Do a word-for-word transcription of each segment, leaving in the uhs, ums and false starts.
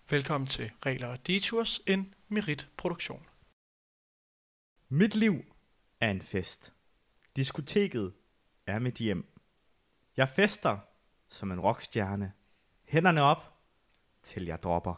Velkommen til Regler og Detours, en meritproduktion. Mit liv er en fest. Diskoteket er mit hjem. Jeg fester som en rockstjerne. Hænderne op, til jeg dropper.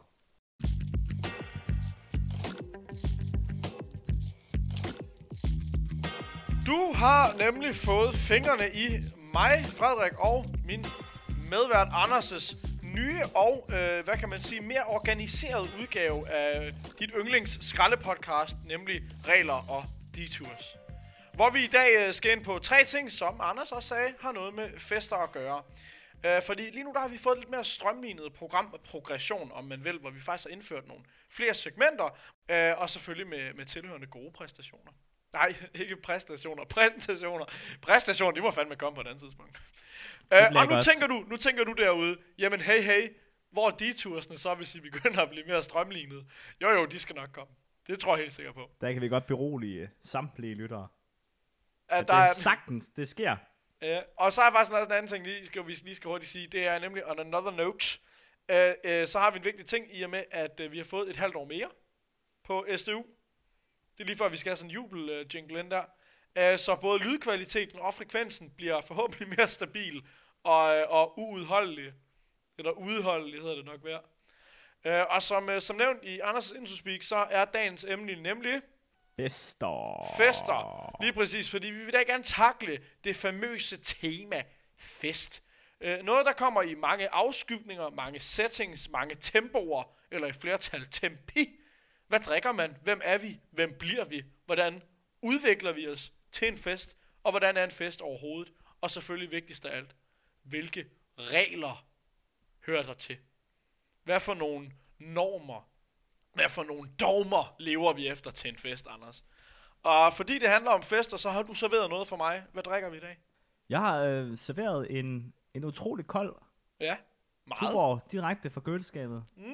Du har nemlig fået fingrene i mig, Frederik, og min medvært Anders' nye og, øh, hvad kan man sige, mere organiseret udgave af dit yndlings skraldepodcast, nemlig Regler og Detours. Hvor vi i dag øh, skal ind på tre ting, som Anders også sagde, har noget med fester at gøre. Øh, fordi lige nu der har vi fået lidt mere strømlignet programprogression, om man vil, hvor vi faktisk har indført nogle flere segmenter, øh, og selvfølgelig med, med tilhørende gode præstationer. Nej, ikke præstationer, præstationer. Præstationer, de må fandme komme på et andet tidspunkt. Uh, og nu tænker, du, nu tænker du derude, jamen hey hey, hvor er detoursene så, hvis I begynder at blive mere strømlignet? Jo jo, de skal nok komme. Det tror jeg helt sikkert på. Der kan vi godt berolige samtlige lyttere. Uh, at der det er sagtens, det sker. Uh, og så er faktisk også en anden ting, lige skal, vi lige skal hurtigt sige, det er nemlig on another note. Uh, uh, så har vi en vigtig ting i og med, at uh, vi har fået et halvt år mere på S D U. Det er lige før, vi skal have sådan en jubel-jingle ind der. Uh, så både lydkvaliteten og frekvensen bliver forhåbentlig mere stabil og, og uudholdelig. Eller udholdelig hedder det nok være. Uh, og som, uh, som nævnt i Anders' Introspeak, så er dagens emne nemlig Fester. Fester. Lige præcis, fordi vi vil da gerne takle det famøse tema fest. Uh, noget, der kommer i mange afskygninger, mange settings, mange tempoer, eller i flertal tempi. Hvad drikker man? Hvem er vi? Hvem bliver vi? Hvordan udvikler vi os til en fest? Og hvordan er en fest overhovedet? Og selvfølgelig vigtigst af alt, hvilke regler hører der til? Hvad for nogle normer, hvad for nogle dogmer lever vi efter til en fest, Anders? Og fordi det handler om fester, så har du serveret noget for mig. Hvad drikker vi i dag? Jeg har øh, serveret en, en utrolig kold Ja, meget. Tuborg direkte fra køleskabet. Mm.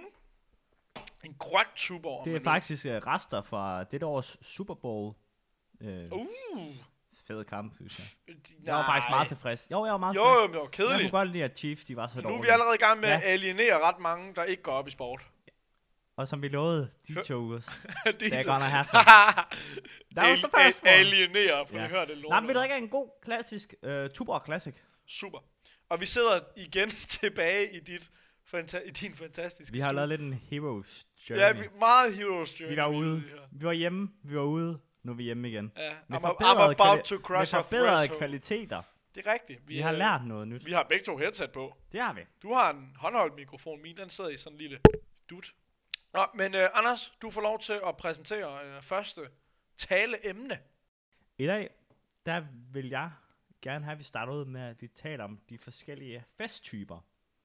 En grøn Tuborg. Det er faktisk uh, rester fra dette års Super Bowl. Øh, Uh. Fed kamp, synes jeg. Nej. Jeg var faktisk meget tilfreds. Jo, jeg var meget Jo, tilfreds. jo, det var kedeligt. Jeg kunne godt lide, at Chiefs, de var så Nu dårlige. er vi allerede i gang med Ja. at alienere ret mange, der ikke går op i sport. Og som vi lovede, de chose. Det Det er så- godt at have. Der var Al- the first one. alienere, for Ja. ja. høre det lort. Nej, men vi drikker en god, klassisk uh, Tuborg Classic. Super. Og vi sidder igen tilbage i dit fanta- i din fantastiske Vi har stue. lavet lidt en hero's journey. Ja, vi, meget heroes journey. vi var ude. i det her. Vi var hjemme. Vi var ude. Nu er vi hjemme igen. Ja, Med I'm, I'm forbedrede about kvali- to Med crush a forbedrede threshold. kvaliteter. Det er rigtigt. Vi har øh, lært noget nyt. Vi har begge to headset på. Det har vi. Du har en håndholdt mikrofon, min den sidder i sådan en lille dut. Nå, men uh, Anders, du får lov til at præsentere uh, første taleemne. I dag, der vil jeg gerne have, at vi starter ud med, at vi taler om de forskellige festtyper,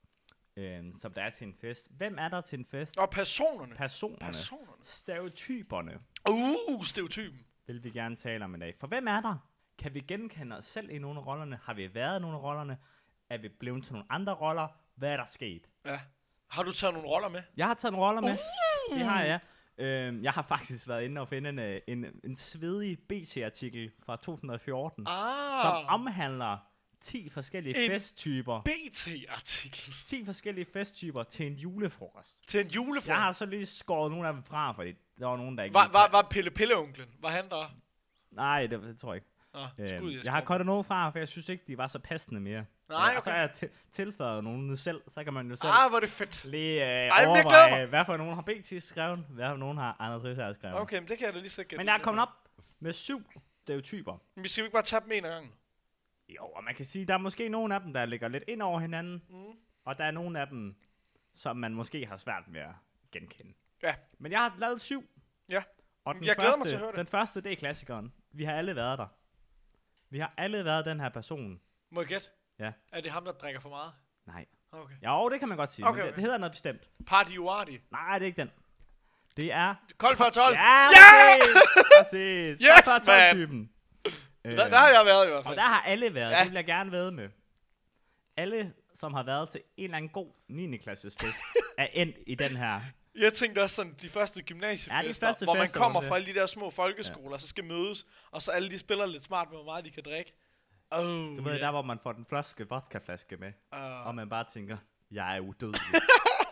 øhm, som der er til en fest. Hvem er der til en fest? Og personerne. Personerne. Personerne. Stereotyperne Uh, stereotypen. vil vi gerne tale om i dag. For hvem er der? Kan vi genkende os selv i nogle af rollerne? Har vi været i nogle af rollerne? Er vi blevet til nogle andre roller? Hvad er der sket? Ja. Har du taget nogle roller med? Jeg har taget nogle roller med. Uh. Det har jeg. Øhm, jeg har faktisk været inde og finde en, øh, en, en svedig B T-artikel fra to tusind og fjorten, Ah. som omhandler ti forskellige En festtyper. B T-artikel. ti forskellige festtyper til en julefrokost. Til en julefrokost. Jeg har så lige skåret nogle af dem fra, fordi der var nogen, der ikke... Var, lige var, kan- var Pelle Pelle-onklen? Var han der? Nej, det, det tror jeg ikke. Nå, Øhm, skud, jeg har kottet nogle fra, for jeg synes ikke, de var så passende mere. Nej, Øh, Og så okay. har jeg til- tilføjet nogle selv, så kan man jo selv Ah, hvor er det fedt. lige øh, jeg glæder overveje, mig. hvad for nogen har B T skrevet, hvad for nogen har Anders Ritter skrevet. Okay, men det kan jeg da lige så gætte. Men jeg er kommet op med syv stereotyper. Men vi skal jo ikke bare tage dem en af gangen. Jo, og man kan sige, der er måske nogle af dem, der ligger lidt ind over hinanden, Mm. og der er nogle af dem, som man måske har svært ved at genkende. Ja. Men jeg har lavet syv. Ja. Og den Jeg glæder første, mig til at høre det. Den første, det er klassikeren. Vi har alle været der. Vi har alle været den her person. Må jeg gætte? Ja. Er det ham, der drikker for meget? Nej. Okay. Jo, det kan man godt sige. Okay, Men det, okay. det hedder noget bestemt. Party Uardi. Nej, det er ikke den. Det er... Kold før tolv. Ja, Ja! præcis! Præcis! Yes, Kold man! typen. Der, der har jeg været i hvert Og fald. der har alle været. Ja. Det vil jeg gerne ved med. Alle, som har været til en eller anden god niende klasses fest, er endt i den her. Jeg tænkte også sådan, de første gymnasiefester, Ja, de første hvor man fester, kommer hvor fra det- alle de der små folkeskoler, ja. Så skal mødes, og så alle de spiller lidt smart med, hvor meget de kan drikke. Oh, Du ved, der hvor man får den første vodkaflaske med, uh, og man bare tænker, jeg er udødelig.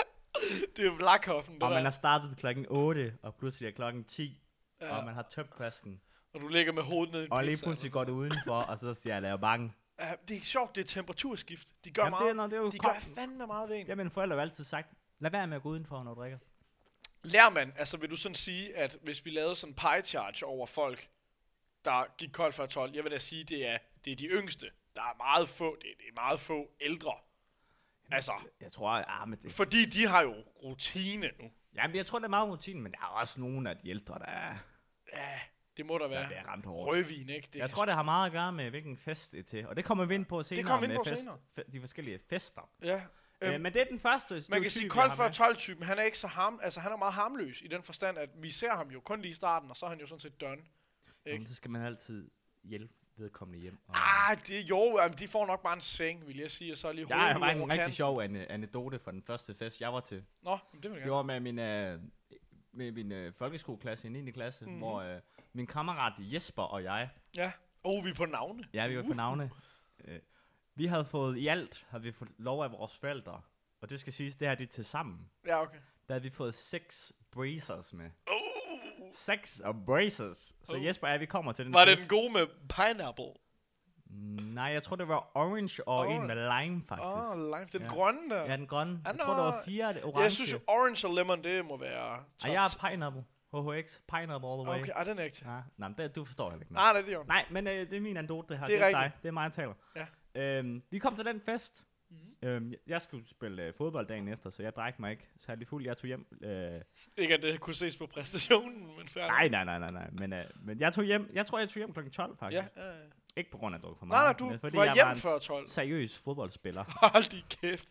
Det er jo Vlakhoffen, det Og der. man har startet klokken otte, og pludselig er klokken ti, Ja. og man har tømt flasken. Og du ligger med hovedet ned i en Og lige pizza pludselig eller går du udenfor, og så siger jeg, at jeg er bange. Ja, det er sjovt, det er temperaturskift. De gør Jamen, meget. det er, når det er jo de kom- gør fandme meget ved en. Det har mine forældre jo altid sagt. Lad være med at gå udenfor, når du drikker. Lærer man, altså vil du sådan sige, at hvis vi lavede sådan en pie chart over folk, der gik koldt før tolv, jeg vil da sige, det er, det er de yngste. Der er meget få, det er, det er meget få ældre. Altså, Jeg tror, ah, men det... fordi de har jo rutine nu. Jamen, jeg tror, det er meget rutinen, men der er også nogle af de ældre, der er, Ja, det må der være. der er ramt hårdt. Rødvin, ikke? Det Jeg tror, det har meget at gøre med, hvilken fest det er til. Og det kommer vi ind på senere. kommer vi ind med på fest, senere. fe- de forskellige fester. Ja. Øh, Øhm, men det er den første man stereotyp, kan sige, jeg kold har før med. tolv-typen, han er ikke så harm, altså han er meget harmløs i den forstand, at vi ser ham jo kun lige i starten, og så er han jo sådan set done. Ikke? Jamen, så skal man altid hjælpe vedkommende hjem. Og Ah, det er jo, jamen, de får nok bare en seng, vil jeg sige, og så lige jeg hovedet har ud over en rigtig kanten. sjov ane- anekdote fra den første fest, jeg var til. Nå, men det vil jeg Det gerne. var med min, øh, med min øh, folkeskoleklasse i niende klasse, Mhm. mm-hmm. hvor øh, min kammerat Jesper og jeg, Ja. Oh, vi er på navne. ja, vi var på navne, øh, vi havde fået i alt, havde vi fået lov af vores forældre, og det skal siges, det her det til sammen. Ja, okay. Der havde vi fået seks bracers med. Oh, Seks og bracers. Så Oh. Jesper og jeg, vi kommer til den var det fest. den gode med pineapple? Nej, jeg tror, det var orange og Orange. en med lime, faktisk. Åh, oh, lime. Den Ja. grønne der. Ja, den grønne. Ah, Jeg tror, der nå. var fire det orange. Jeg synes jo, orange og lemon, det må være top. Og jeg er pineapple. H H X. Pineapple all the way. Okay, ah, den er ikke til. Ja, nej, men det, du forstår heller ikke. Nej, nej, det er jo. Nej, men øh, det er min anekdote, det her. Det er det er rigtigt. dig. Det er mig, der taler. Ja. Øhm, vi kom til den fest. Mhm. Øhm, jeg- jeg skulle spille øh, fodbold dagen efter, så jeg drak mig ikke særlig fuld. Jeg tog hjem. Øh, Ikke at det kunne ses på præstationen, men færdig. nej, nej, nej, nej, nej. Men, øh, men jeg tog hjem. Jeg tror, jeg tog hjem klokken tolv, faktisk. Ja, ja, ja. Ikke på grund af, at jeg druk for Nej, meget. nej, du men fordi var jeg hjem var en før tolv. seriøs fodboldspiller. Hold din kæft.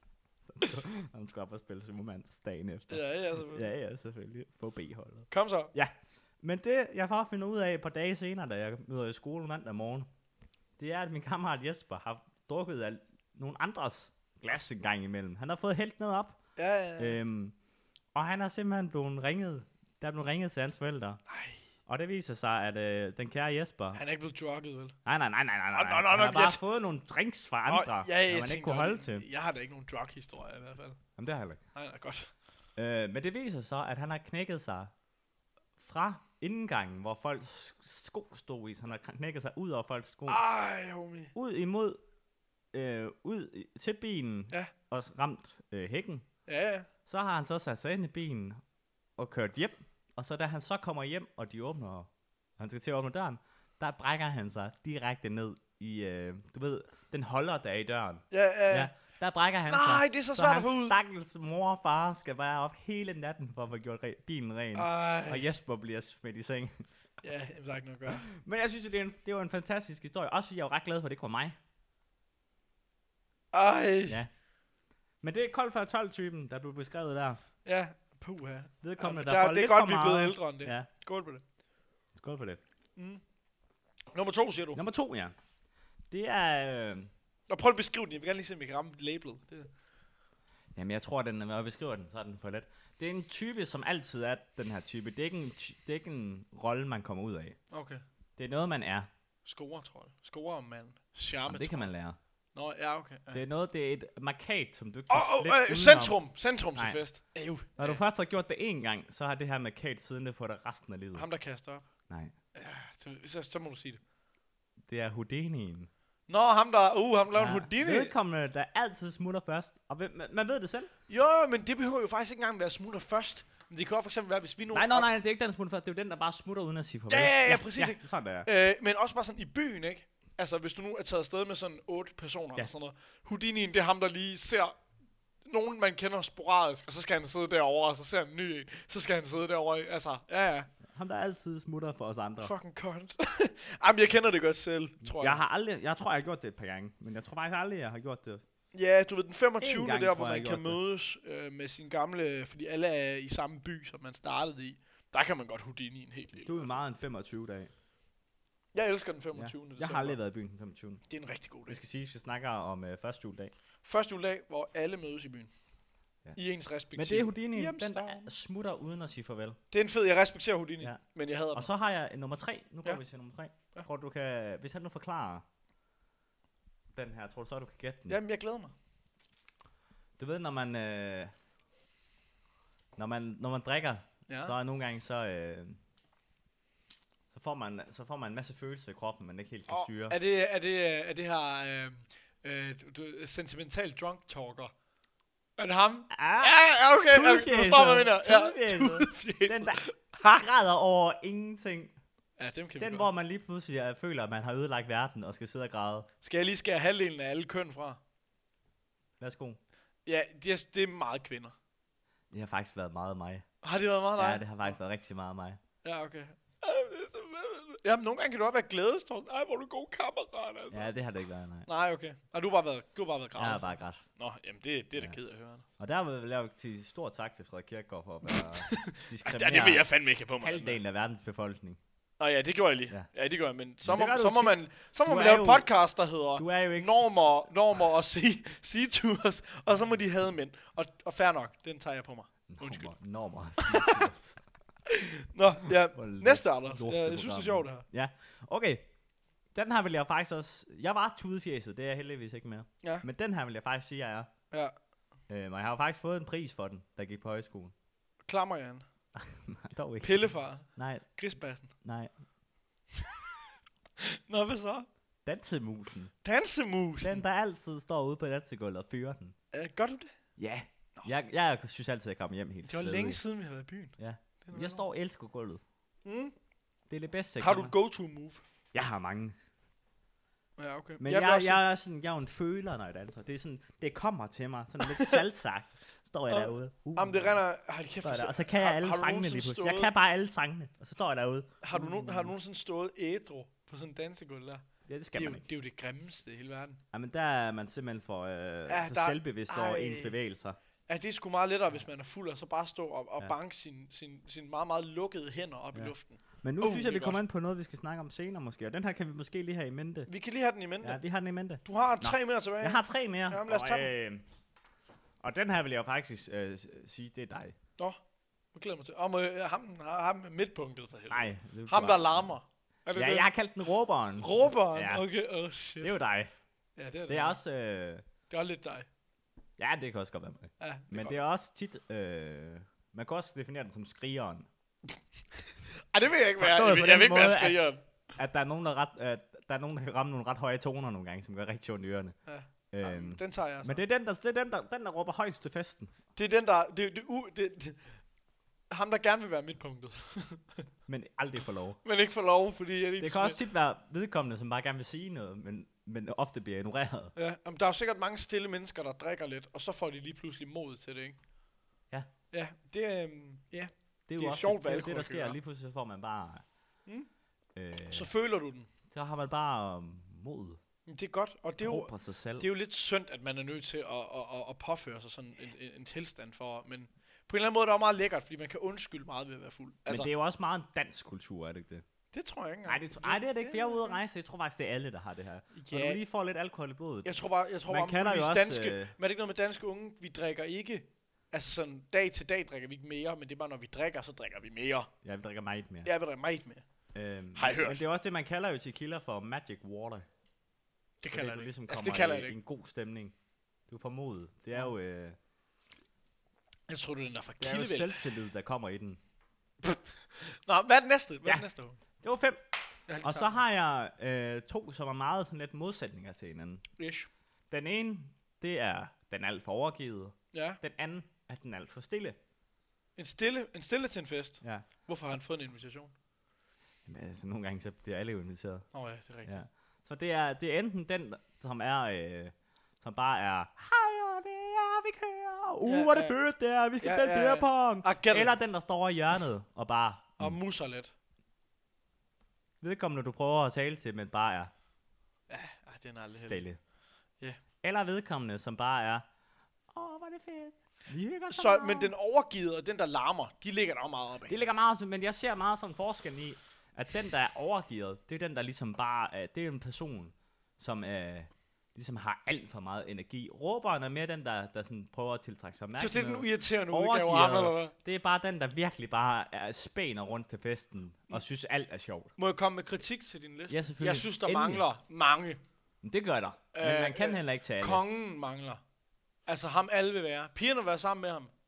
Han skulle op og spille Simomans dagen efter. Ja, ja, selvfølgelig. Ja, ja, selvfølgelig. Få B-holdet. Kom så. Men det, jeg bare finder ud af et par dage senere, da jeg møder i skole mandag morgen, det er, at min kammerat Jesper har drukket af nogle andres glas en gang imellem. Han har fået hældt ned op, Ja, ja, ja. øhm, og han har simpelthen blevet ringet. Der er blevet ringet til hans forældre. Nej, Og det viser sig, at øh, den kære Jesper... han er ikke blevet drukket, vel? Nej, nej, nej, nej, nej, nej. Nå, nå, nå, Han har nå, bare jeg- fået nogle drinks fra Nå, andre, ja, ja, jeg man ikke tænker kunne godt, holde til. Jeg har da ikke nogen drug-historie i hvert fald. Jamen, det har jeg heller ikke. Nej, nej, godt. Øh, men det viser så, at han har knækket sig fra indgangen, hvor folks sko stod i. Så han har knækket sig ud over folks sko. Ej, homie. Ud imod, øh, ud i- til bilen, Ja. og s- ramt øh, hækken. Ja, ja. Så har han så sat sig ind i bilen og kørt hjem. Og så da han så kommer hjem, og de åbner, han skal til at åbne døren, der brækker han sig direkte ned i, øh, du ved, den holder der i døren. Ja, ja. Ja, der brækker han sig. Nej, det er så Så svært at få hans ud. stakkels mor og far skal være op hele natten for at få gjort re- bilen ren. Ej. Og Jesper bliver smidt i seng. Ja, jamen, der er ikke noget at gøre. Men jeg synes, jo, det, er en, det var en fantastisk historie. Også fordi jeg var ret glad for, at det ikke var mig. Ej. Ja. Men det er kold før tolv-typen, der blev beskrevet der. Ja, puha. Vedkommende, Ja, der, der, får det er lidt godt, for vi er blevet meget. ældre end det. Ja, Skål på det. skål for det. Mm. Nummer to, siger du. Nummer to, ja. Det er... Øh, Og prøv at beskrive den. Jeg vil gerne lige se, om jeg kan ramme labelet. Det. jamen, jeg tror, den, når jeg beskriver den, så er den for let. Det er en type, som altid er den her type. Det er ikke en, ty- det er ikke en rolle, man kommer ud af. Okay. Det er noget, man er. Score, tror jeg. Score, mand. Charme, Jamen, det kan man lære. Nå, ja, okay. Ja. Det er noget, det er et markat, som du ikke kan Åh, oh, oh, slippe øh, udenom. centrum. Centrum til Nej. fest. Ew. Når du først har gjort det én gang, så har det her markat siddende på dig resten af livet. Ham, der kaster op. Nej, Ja, så, så, så må du sige det. det er Houdini'en. Nå, ham der, uh, ham der lavede Houdini. Vedkommende, der altid smutter først. Og ved- man, man ved det selv. Jo, men det behøver jo faktisk ikke engang være smutter først. Men det kan også for eksempel være, hvis vi nu... Nej, nej, nej, det er ikke den, der smutter først. Det er jo den, der bare smutter uden at sige farvel. Ja, ja, ja, præcis, Ja, ikke? sådan der er. Øh, men også bare sådan i byen, ikke? Altså, hvis du nu er taget afsted med sådan otte personer Ja. eller sådan noget. Houdini'en, det er ham, der lige ser nogen, man kender sporadisk, og så skal han sidde derovre, og så ser han en ny en. Så skal han sidde derovre, ikke? Altså, ja, ja. Ham, der altid smutter for os andre. Fucking cunt. Jamen, jeg kender det godt selv, tror jeg. Jeg har aldrig, jeg tror, jeg har gjort det et par gange. Men jeg tror faktisk aldrig, jeg har gjort det. Ja, du ved, den femogtyvende En gang der, tror hvor jeg, man jeg kan gjort det. mødes øh, med sin gamle, fordi alle er i samme by, som man startede i. Der kan man godt Houdini en helt del. Du er meget en femogtyve dag. Jeg elsker den Ja. femogtyvende Jeg december. har aldrig været i byen den femogtyvende. Det er en rigtig god dag. Det skal siges, at vi snakker om øh, første juledag. Første juledag, hvor alle mødes i byen. Ja. I ens respektive. Men det er Houdini, den hjemstavn. der smutter uden at sige farvel. Det er en fed, jeg respekterer Houdini, Ja. ja. Men jeg hader Og dem. så har jeg en nummer tre. Nu går Ja. vi til nummer tre. Ja. Tror du kan, hvis han nu forklarer den her, tror du så, du kan gætte den? Jamen, jeg glæder mig. Du ved, når man, øh, Når man, når man drikker, Ja. så er nogle gange, så, øh, så, får man, så får man en masse følelser i kroppen, man ikke helt kan Og styre. er det, er det, er det her øh, øh, du, du, sentimental drunk talker? Er det ham? Ah, Ja, ja, okay. okay. Nu tudefjæset. står man vinder. Ja, Tudefjæset. tudefjæset. Den, der græder over ingenting. Ja, dem kan vi Den, godt. hvor man lige pludselig øh, føler, at man har ødelagt verden og skal sidde og græde. Skal jeg lige skære halvdelen af alle køn fra? Værsgo. Ja, det er, det er meget kvinder. Det har faktisk været meget mig. Har det været meget dig? Ja, det har faktisk været rigtig meget mig. Ja, okay. Jamen, nogle gange kan du også være glædestorm. Ej, hvor er du god kammerat, altså. Ja, det har det ikke været, nej. Nej, okay. Og du har bare været, du har bare været Jeg gravet. har bare grædt. Nå, jamen det, det er da Ja. ked af at høre. Og der vil jeg jo sige stor tak til Frederik Kierkegaard for at være Ja, diskrimineret det vil jeg fandme ikke have på mig. halvdelen af verdens befolkning. Nå ja, det gjorde jeg lige. Ja. Ja, det gjorde jeg, men så Men må, det gør du så jo må tit. man, så må Du man er lave en jo- podcast, der hedder Du er jo ikke... normer, normer og sige, sige tours, og så må de have mænd. Og, og fair nok, den tager jeg på mig. Undskyld. Normer. Nå, ja, Hvor næste, Anders. lort- Ja, jeg synes, det er program. sjovt, det her. Ja, okay. Den her vil jeg faktisk også... Jeg var tudefjæset, det er jeg heldigvis ikke mere. Ja. Men den her vil jeg faktisk sige, jeg er. Ja, Øhm, og jeg har jo faktisk fået en pris for den, da jeg gik på højskolen. Klammerjan. Nej, dog ikke. Pillefar. Nej, Grisbassen. nej. Nå, hvad så? Dansemusen. Dansemusen. Den, der altid står ude på dansegulvet og fyrer den. Øh, gør du det? Ja. Jeg, jeg synes altid, at jeg kommer hjem helt Det var svedig. længe siden, vi har været i byen. Ja. Det er Jeg står og elsker gulvet. Mm. Det er det bedste, jeg Har du kender. et go-to-move? Jeg har mange. Ja, okay. Men jeg, jeg, vil jeg, også jeg, er sådan, jeg er jo en føler, når jeg danser. Det er sådan, det kommer til mig. Sådan lidt salgsagt. Står jeg Og- derude. Uh, Jamen, det render... Hold kæft, står jeg for der. Og se- så kan jeg har- alle har du sangene nogensinde lige pludselig. stået- Jeg kan bare alle sangene. Og så står jeg derude. Har du, no- har du nogensinde stået ædru på sådan en dansegulv der? Ja, det Det skal er, jo, man ikke. det er jo det grimmeste i hele verden. Jamen, der er man simpelthen for, øh, Ja, for der- selvbevidst over ej. ens bevægelser. Ja, det er sgu meget lettere, hvis man er fuld, og så bare stå og, og Ja. banke sine sin, sin meget, meget lukkede hænder op Ja. i luften. Men nu Uh, synes det jeg, er vi kommer godt. ind på noget, vi skal snakke om senere måske. Og den her kan vi måske lige have i mente. Vi kan lige have den i mente. Ja, Ja. vi har den i mente. Du har tre mere tilbage. Jeg har tre mere. Jamen, lad os tage og, øh, og den her vil jeg jo faktisk øh, s- sige, det er dig. Nå, jeg glæder mig til. Og må, jeg, ham, ham med midtpunktet for helvede. Nej. Det Ham, var- der larmer. Er det Ja, det? jeg har kaldt den råberen. Råberen? Ja. Okay, oh shit. Det er jo dig. Ja, det er det. Det er også... Øh, Det er lidt dig. ja, det kan også godt være mig. Ja, det Men godt. det er også tit... Øh, man kan også definere den som skrigeren. Ej, det vil jeg ikke være. Forstået Jeg, på vil- jeg den vil ikke være måde, at- skrigeren. At der er nogen, der, ret, øh, der, er nogen, der kan ramme nogle ret høje toner nogle gange, som gør rigtig ondt i ørerne. Ja. Øhm, Den tager jeg så. men det er den, der, det er den, der, den, der råber højst til festen. Det er den, der... Det, det, u, det, det, ham, der gerne vil være midtpunktet. Men aldrig får lov. Men ikke får lov, fordi... Jeg Det kan også tit være vedkommende, som bare gerne vil sige noget, men, men ofte bliver ignoreret. Ja, jamen, der er jo sikkert mange stille mennesker, der drikker lidt, og så får de lige pludselig mod til det, ikke? Ja. Ja, det er... Øhm, ja. Det er jo Det er også sjovt, det, hvad det, er jo det, der alkohol kan sker. gøre. Lige pludselig så får man bare... Mm. Øh, Så føler du den. så har man bare um, mod. Men det er godt, og det er, Tro jo, på sig selv. det er jo lidt synd, at man er nødt til at, at, at, at påføre sig sådan en, en, en tilstand for... Men på en eller anden måde er det også meget lækkert, fordi man kan undskylde meget ved at være fuld. Altså, men det er jo også meget en dansk kultur, er det ikke det? det tror jeg ikke Nej, engang. det, tro- ej, det er det ikke, for jeg er ude at rejse. Jeg tror faktisk, det er alle, der har det her. Når Ja, du lige får lidt alkohol i blodet. jeg tror bare, jeg tror Man bare, kalder jo muligvis også, danske... øh, Men er det ikke noget med danske unge? Vi drikker ikke... Altså sådan, dag til dag drikker vi ikke mere, men det er bare, når vi drikker, så drikker vi mere. Ja, vi drikker meget mere. Jeg vil drikke meget mere. Øhm, Har jeg hørt. Men det er også det, man kalder jo tequila for magic water. Det Fordi kalder jeg du det ligesom ikke. Altså, kommer det kalder i, jeg det i ikke. en god stemning. Du får mod. Det er jo, øh, Jeg tror, du er den der fra det er jo Kildevæld. selvtillid, der kommer i den. Nå, hvad er det næste? Hvad er Ja. det næste? uge? Det var fem. Jeg har lige Og så taget har jeg øh, to, som er meget sådan lidt modsætninger til hinanden. den. Ish. Den ene, det er den alt for overgivet. Ja. Den anden er den alt for stille. En stille, en stille til en fest. Ja. Hvorfor har han fået en invitation? Men, altså, nogle gange så bliver alle jo inviteret. Åh oh, ja, det er rigtigt. Ja. Så det er, det er enten den, som er, øh, som bare er, hej, og det er, vi kører. Uh, Ja, hvor er det ja. fedt, det er, vi skal Ja, ja, den ja, ja, ja. der pong. Ah, get Eller it. den, der står over i hjørnet og bare, Og mm, musser lidt. vedkommende, du prøver at tale til, men bare er Ja, ej, den er aldrig heldig. stille. Ja. Eller vedkommende, som bare er, åh, hvor er det fedt. Vi hygger så Så, meget." men den overgivet og den, der larmer, de ligger der jo meget op af. Det ligger meget, men jeg ser meget sådan en forskel i, at den, der er overgivet, det er den, der ligesom bare er, det er en person, som øh, ligesom har alt for meget energi. Råberen er mere den, der, der sådan prøver at tiltrække sig Så opmærksomhed. det er den uirriterende Overgivet. udgave af ham, eller hvad? Det er bare den, der virkelig bare er spæner rundt til festen, og synes alt er sjovt. Må jeg komme med kritik til din liste? Ja, selvfølgelig. Jeg synes, der Endelig. mangler mange. Men det gør der. Men Øh, man kan øh, heller ikke tage alle. Kongen mangler. Altså ham alle vil være. Pigerne vil være sammen med ham.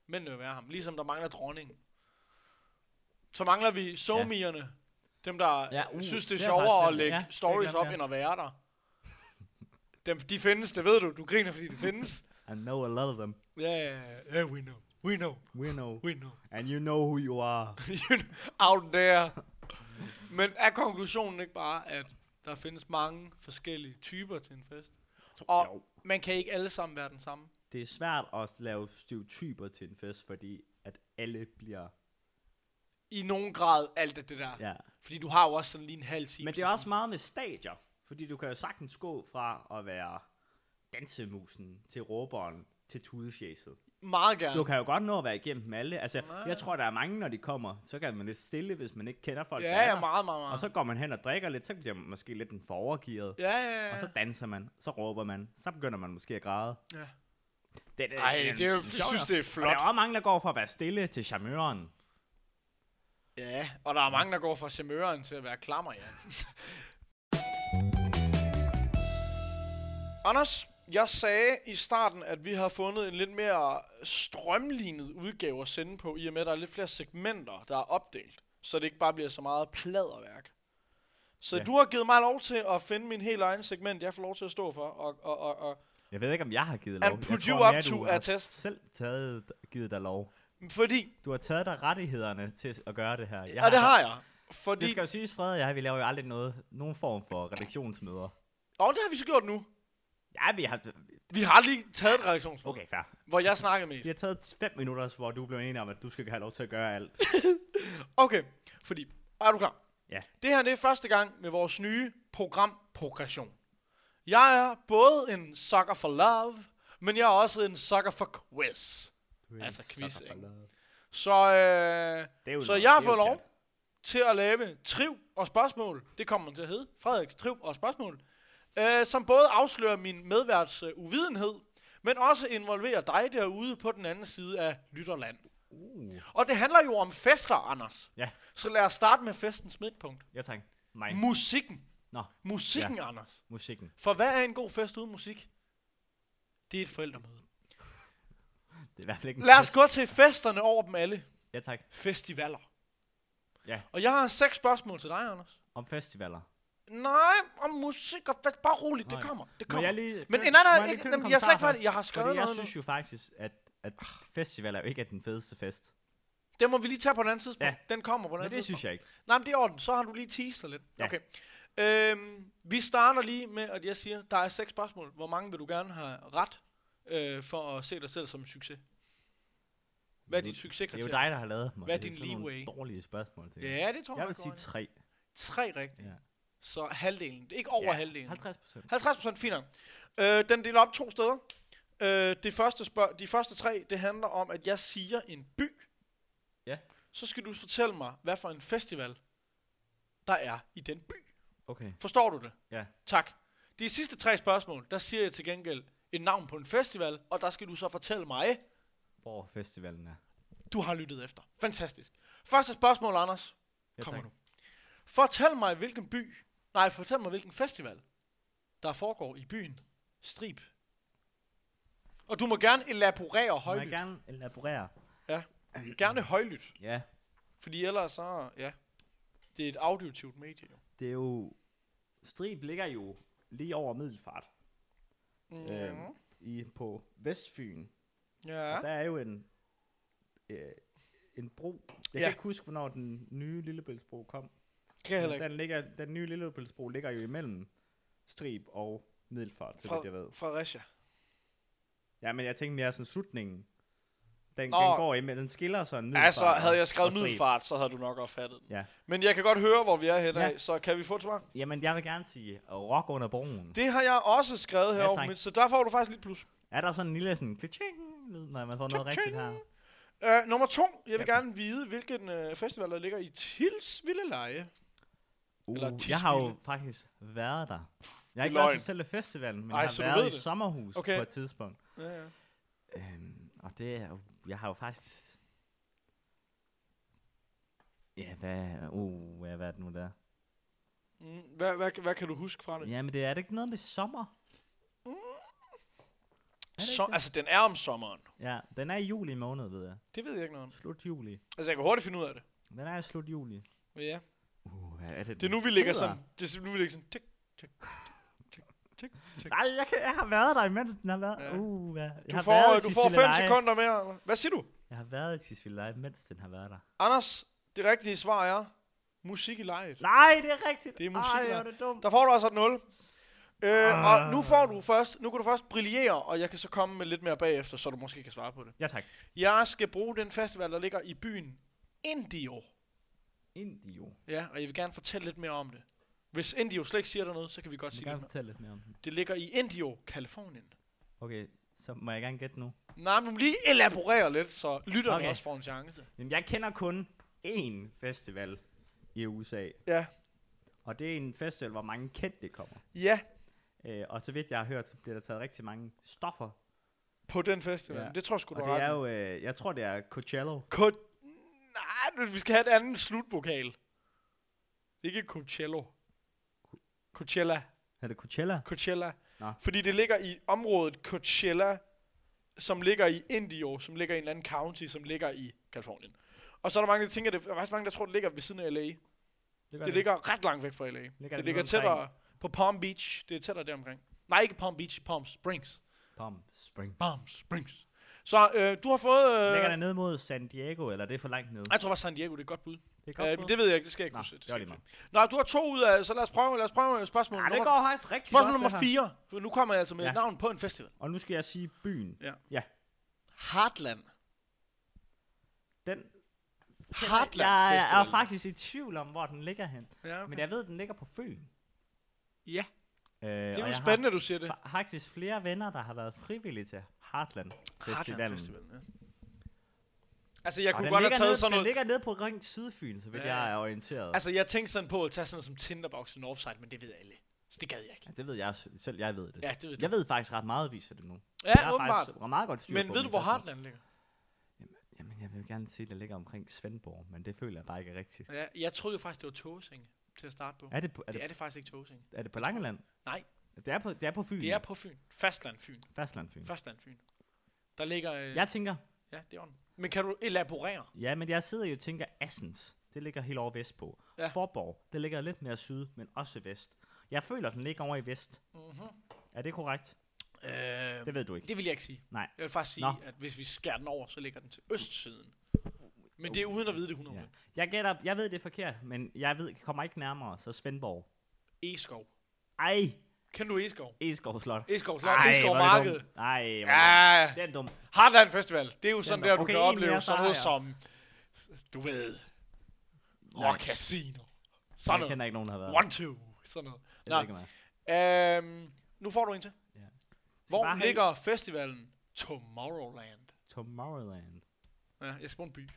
Mændene vil være ham. Ligesom der mangler dronningen. Så mangler vi somierne. Ja. Dem, der ja, uh, synes, det er det sjovere er at lægge ja, stories op, ja. end at være der. Dem, de findes, det ved du. Du griner, fordi de findes. I know a lot of them. Ja, yeah, yeah, we know. We know. We know. We know. And you know who you are. Out there. Men er konklusionen ikke bare, at der findes mange forskellige typer til en fest? Og jo. Man kan ikke alle sammen være den samme. Det er svært at lave stereotyper til en fest, fordi at alle bliver... I nogen grad alt af det der. Ja. Fordi du har jo også sådan lige en halv time. Men det er også meget med stadier. Fordi du kan jo sagtens gå fra at være dansemusen til råberen til tudefjæset. Meget gerne. Du kan jo godt nå at være igennem dem alle. Altså, Nej. jeg tror, der er mange, når de kommer, så kan man lidt stille, hvis man ikke kender folk. Ja, ja, meget, meget, meget. Og så går man hen og drikker lidt, så bliver man måske lidt en forovergearet. Ja, ja, ja. Og så danser man, så råber man, så begynder man måske at græde. Ja. Det, det, Ej, det er jo, jeg synes, det er flot. Og der er også mange, der går fra at være stille til charmeuren. Ja, og der er mange, der går fra charmeuren til at være klammer, ja. Anders, jeg sagde i starten, at vi har fundet en lidt mere strømlignet udgave at sende på, i og med, at der er lidt flere segmenter, der er opdelt, så det ikke bare bliver så meget pladerværk. Så ja. Du har givet mig lov til at finde min helt egen segment, jeg får lov til at stå for. Og, og, og, og jeg ved ikke, om jeg har givet lov. And put you up to a test. Selv taget, givet dig lov. Fordi... Du har taget dig rettighederne til at gøre det her. Jeg ja, har det har jeg. Fordi... Det skal jo siges, Fred og jeg, vi laver jo aldrig noget, nogen form for redaktionsmøder. Åh, oh, det har vi så gjort nu. Ja, vi har... Vi har lige taget et redaktionsmøde. Okay, fair. Hvor jeg snakker mest. Vi har taget fem minutter, hvor du blev enig om, at du skal have lov til at gøre alt. Okay, fordi... Er du klar? Ja. Det her det er første gang med vores nye program Progression. Jeg er både en sucker for love, men jeg er også en sucker for quiz. Altså quiz, ikke? Så, øh, så jeg har fået lov til at lave triv og spørgsmål. Det kommer man til at hedde. Frederiks triv og spørgsmål. Øh, som både afslører min medværts uh, uvidenhed, men også involverer dig derude på den anden side af lytterland. Uh. Og det handler jo om fester, Anders. Ja. Så lad os starte med festens midtpunkt. Ja, tak. Mig. Musikken. Nå. Musikken, ja. Anders. Musikken. For hvad er en god fest uden musik? Det er et forældremøde. Det er i hvert fald ikke en Lad os fest. gå til festerne over dem alle. Ja, tak. Festivaler. Ja. Og jeg har seks spørgsmål til dig, Anders. Om festivaler. Nej, om musik og fest. Bare roligt, det kommer. Det kommer. Jeg lige, Men nej, nej, nej, ikke, jeg er slet ikke færdig. Jeg har skrevet noget. Jeg synes jo faktisk, at, at festivaler jo ikke er den fedeste fest. Det må vi lige tage på et andet tidspunkt. Ja. Den kommer på et andet tidspunkt. Men det tidspunkt. synes jeg ikke. Nej, men det er orden. Så har du lige teaset lidt. Ja. Okay. Øhm, vi starter lige med, at jeg siger, der er seks spørgsmål. Hvor mange vil du gerne have ret øh, for at se dig selv som en succes? Hvad er dit succeskriterie? Det er jo dig, der har lavet mig. Hvad er din leeway? Dårlige spørgsmål til. Ja, det tror jeg. Jeg vil sige tre. Tre rigtigt. Ja. Så halvdelen. Det er ikke over ja, halvdelen. halvtreds procent. halvtreds procent, fint. Øh, den deler op to steder. Øh, det første spørg- de første tre, det handler om, at jeg siger en by. Ja. Så skal du fortælle mig, hvad for en festival, der er i den by. Okay. Forstår du det? Ja. Tak. De sidste tre spørgsmål, der siger jeg til gengæld et navn på en festival, og der skal du så fortælle mig, hvor festivalen er. Du har lyttet efter. Fantastisk. Første spørgsmål, Anders. Ja, kommer tak. nu. Fortæl mig, hvilken by, nej, fortæl mig, hvilken festival, der foregår i byen Strib. Og du må gerne elaborere højlydt. Må jeg gerne elaborere? Ja, gerne højlydt. Ja. Fordi ellers så, ja, det er et auditivt medie jo. Det er jo, Strib ligger jo lige over Middelfart. Mm. Øhm, i, på Vestfyn. Ja. Og der er jo en, øh, en bro. Jeg ja. kan ikke huske, hvornår den nye Lillebæltsbro kom. Kan jeg heller ikke. Den, ligger, den nye Lillebæltsbro ligger jo imellem Strib og Middelfart, så Fra, vidt jeg ved. Fredericia. Ja, men jeg tænkte mere sådan slutningen. Den, den Nå. går imellem, den skiller sådan Middelfart. Altså, havde jeg og skrevet Strib. Middelfart, så havde du nok opfattet den. Ja. Men jeg kan godt høre, hvor vi er henne Ja. af, så kan vi få et svar? Jamen, jeg vil gerne sige rock under broen. Det har jeg også skrevet Ja, herovre, tak. så der får du faktisk lidt plus. Er der sådan en lille sådan klitching-lyd, når man får noget rigtigt her? Uh, nummer to, jeg vil Ja. gerne vide, hvilken uh, festival, der ligger i Tilsvilleleje. Eller Uh, jeg har jo Tisvilde. faktisk været der. Jeg har er ikke været løgn. til selve festivalen, men Ej, jeg så har du været ved i det. sommerhus Okay. på et tidspunkt. Ja, ja. Øhm, og det er jo, jeg har jo faktisk... Ja, hvad... Uh, hvad, hvad er det nu der? Mm, hvad, hvad, hvad kan du huske fra det? Jamen, det er det ikke noget med sommer? Så, altså, den er om sommeren. Ja, den er i juli måned, ved jeg. Det ved jeg ikke noget om. Slut juli. Altså, jeg kan hurtigt finde ud af det. Den er i slut juli. Ja. Uh, hvad er det? Det er nu, vi ligger sådan. Det er nu, vi ligger sådan. Tik, tik, tik, tik, tik. Nej, jeg, kan, jeg har været der, imens den har været. Ja. Uh, hvad? Jeg Du har får, været du i får fem Tisvildeleje. sekunder mere. Eller? Hvad siger du? Jeg har været i Tisvildeleje, mens den har været der. Anders, det rigtige svar er musik i lejet. Nej, det er rigtigt. Det er musik. Ej, hvor er det dumt. Der får du altså et nul. Øh, Ah. og nu får du først, nu kan du først brillere, og jeg kan så komme med lidt mere bagefter, så du måske kan svare på det. Ja, tak. Jeg skal bruge den festival, der ligger i byen Indio. Indio. Ja, og jeg vil gerne fortælle lidt mere om det. Hvis Indio slet ikke siger dig noget, så kan vi godt Du sige kan det. fortælle lidt mere om den. Det ligger i Indio, Californien. Okay, så må jeg gerne gætte nu. Nej, men lige elaborere lidt, så lytterne Okay. også får en chance. Jamen, jeg kender kun én festival i U S A. Ja. Og det er en festival, hvor mange kendte kommer. Ja, Øh, og så vidt jeg har hørt, så bliver der taget rigtig mange stoffer. på den festival. Ja. Det tror jeg sgu, du Og har det er ret i. jo, øh, jeg tror det er Coachella. Co- Nej, vi skal have et andet slutvokal. Ikke Coachella. Coachella. Er det Coachella? Coachella. Nå. Fordi det ligger i området Coachella, som ligger i Indio, som ligger i en eller anden county, som ligger i Kalifornien. Og så er der mange, der tænker, det, der er faktisk mange, der tror, det ligger ved siden af L A. Det, gør Det ligger ret langt væk fra L A. Ligger Det det ligger nede tættere på Palm Beach. Det er tættere deromkring. Nej, ikke Palm Beach, Palm Springs. Palm Springs. Palm Springs. Så øh, du har fået... Øh, Ligger der ned mod San Diego, eller er det for langt ned? jeg tror faktisk San Diego, det er et godt bud. Det er godt Øh, bud. men det ved jeg ikke, det skal jeg ikke Nå, kunne det se. var lige meget. Nå, du har to ud af, så lad os prøve, lad os prøve spørgsmål. Ja, det nummer, går faktisk rigtig spørgsmål godt, nummer det her. fire. For nu kommer jeg altså med Ja. et navn på en festival. Og nu skal jeg sige byen. Ja. Ja. Heartland. Den, Heartland jeg Festival. er faktisk i tvivl om, hvor den ligger hen. Ja, okay. Men jeg ved, den ligger på Fyn. ja, Øh, det er jo spændende, du siger det. Jeg har fa- faktisk flere venner, der har været frivillige til Heartland Festivalen. Heartland Festivalen, ja. Altså, jeg Og kunne den godt have ligger taget ned, sådan Den noget... ligger nede på Ring Sydfyn, så vidt Ja. jeg er orienteret. Altså, jeg tænkte sådan på at tage sådan noget som Tinderbox og Northside, men det ved alle. Så det gad jeg ikke. Ja, det ved jeg s- selv, jeg ved det. Ja, det ved du. Jeg ved faktisk ret meget, viser det nu. Ja, jeg har åbenbart. faktisk meget godt styr Men på ved min du, hvor festival. Heartland ligger? Jamen, jeg vil gerne sige, at det ligger omkring Svendborg, men det føler jeg bare ikke er rigtigt. Ja, jeg troede jo faktisk, det var Tåsinge til at starte på. Er det på, er Det det, er det faktisk ikke Tåsinge. er det på Langeland? Nej. Det er på, det er på Fyn. Det er på Fyn. Fastland Fyn. Fastland Fyn. Fastland Fyn. Der ligger... Øh, Jeg tænker, ja, det er den. Men kan du elaborere? ja, men jeg sidder jo og tænker, Assens, det ligger helt over vestpå. Ja. Forborg, det ligger lidt mere syd, men også vest. Jeg føler, den ligger over i vest. Mhm. Er det korrekt? Øh, Det ved du ikke. det vil jeg ikke sige. Nej. Jeg vil faktisk sige, Nå. at hvis vi skærer den over, så ligger den til østsiden. Men det er uden at vide det hundrede Ja. procent. Jeg gætter, jeg ved det er forkert, men jeg ved, kommer ikke nærmere, så Svendborg. Eskov. Ej, Kender du Eskov? Eskov Slot. Eskov Slot, Ej, Eskov hvor er det Marked. dumt. Ej, hvor er det Ja, dumt. Den er dum. Heartland Festival. Det er jo sådan er der, dum. du Okay, kan en opleve mere, så sådan noget har som, du ved, Nej. Rock Casino. Sådan Jeg kender noget. ikke nogen, der har været. One, two. Sådan noget. Jeg ved ikke, hvad. Nå, øhm, nu får du en til. Ja. Hvor bare have- ligger festivalen Tomorrowland? Tomorrowland. Ja, jeg skal bruge en by.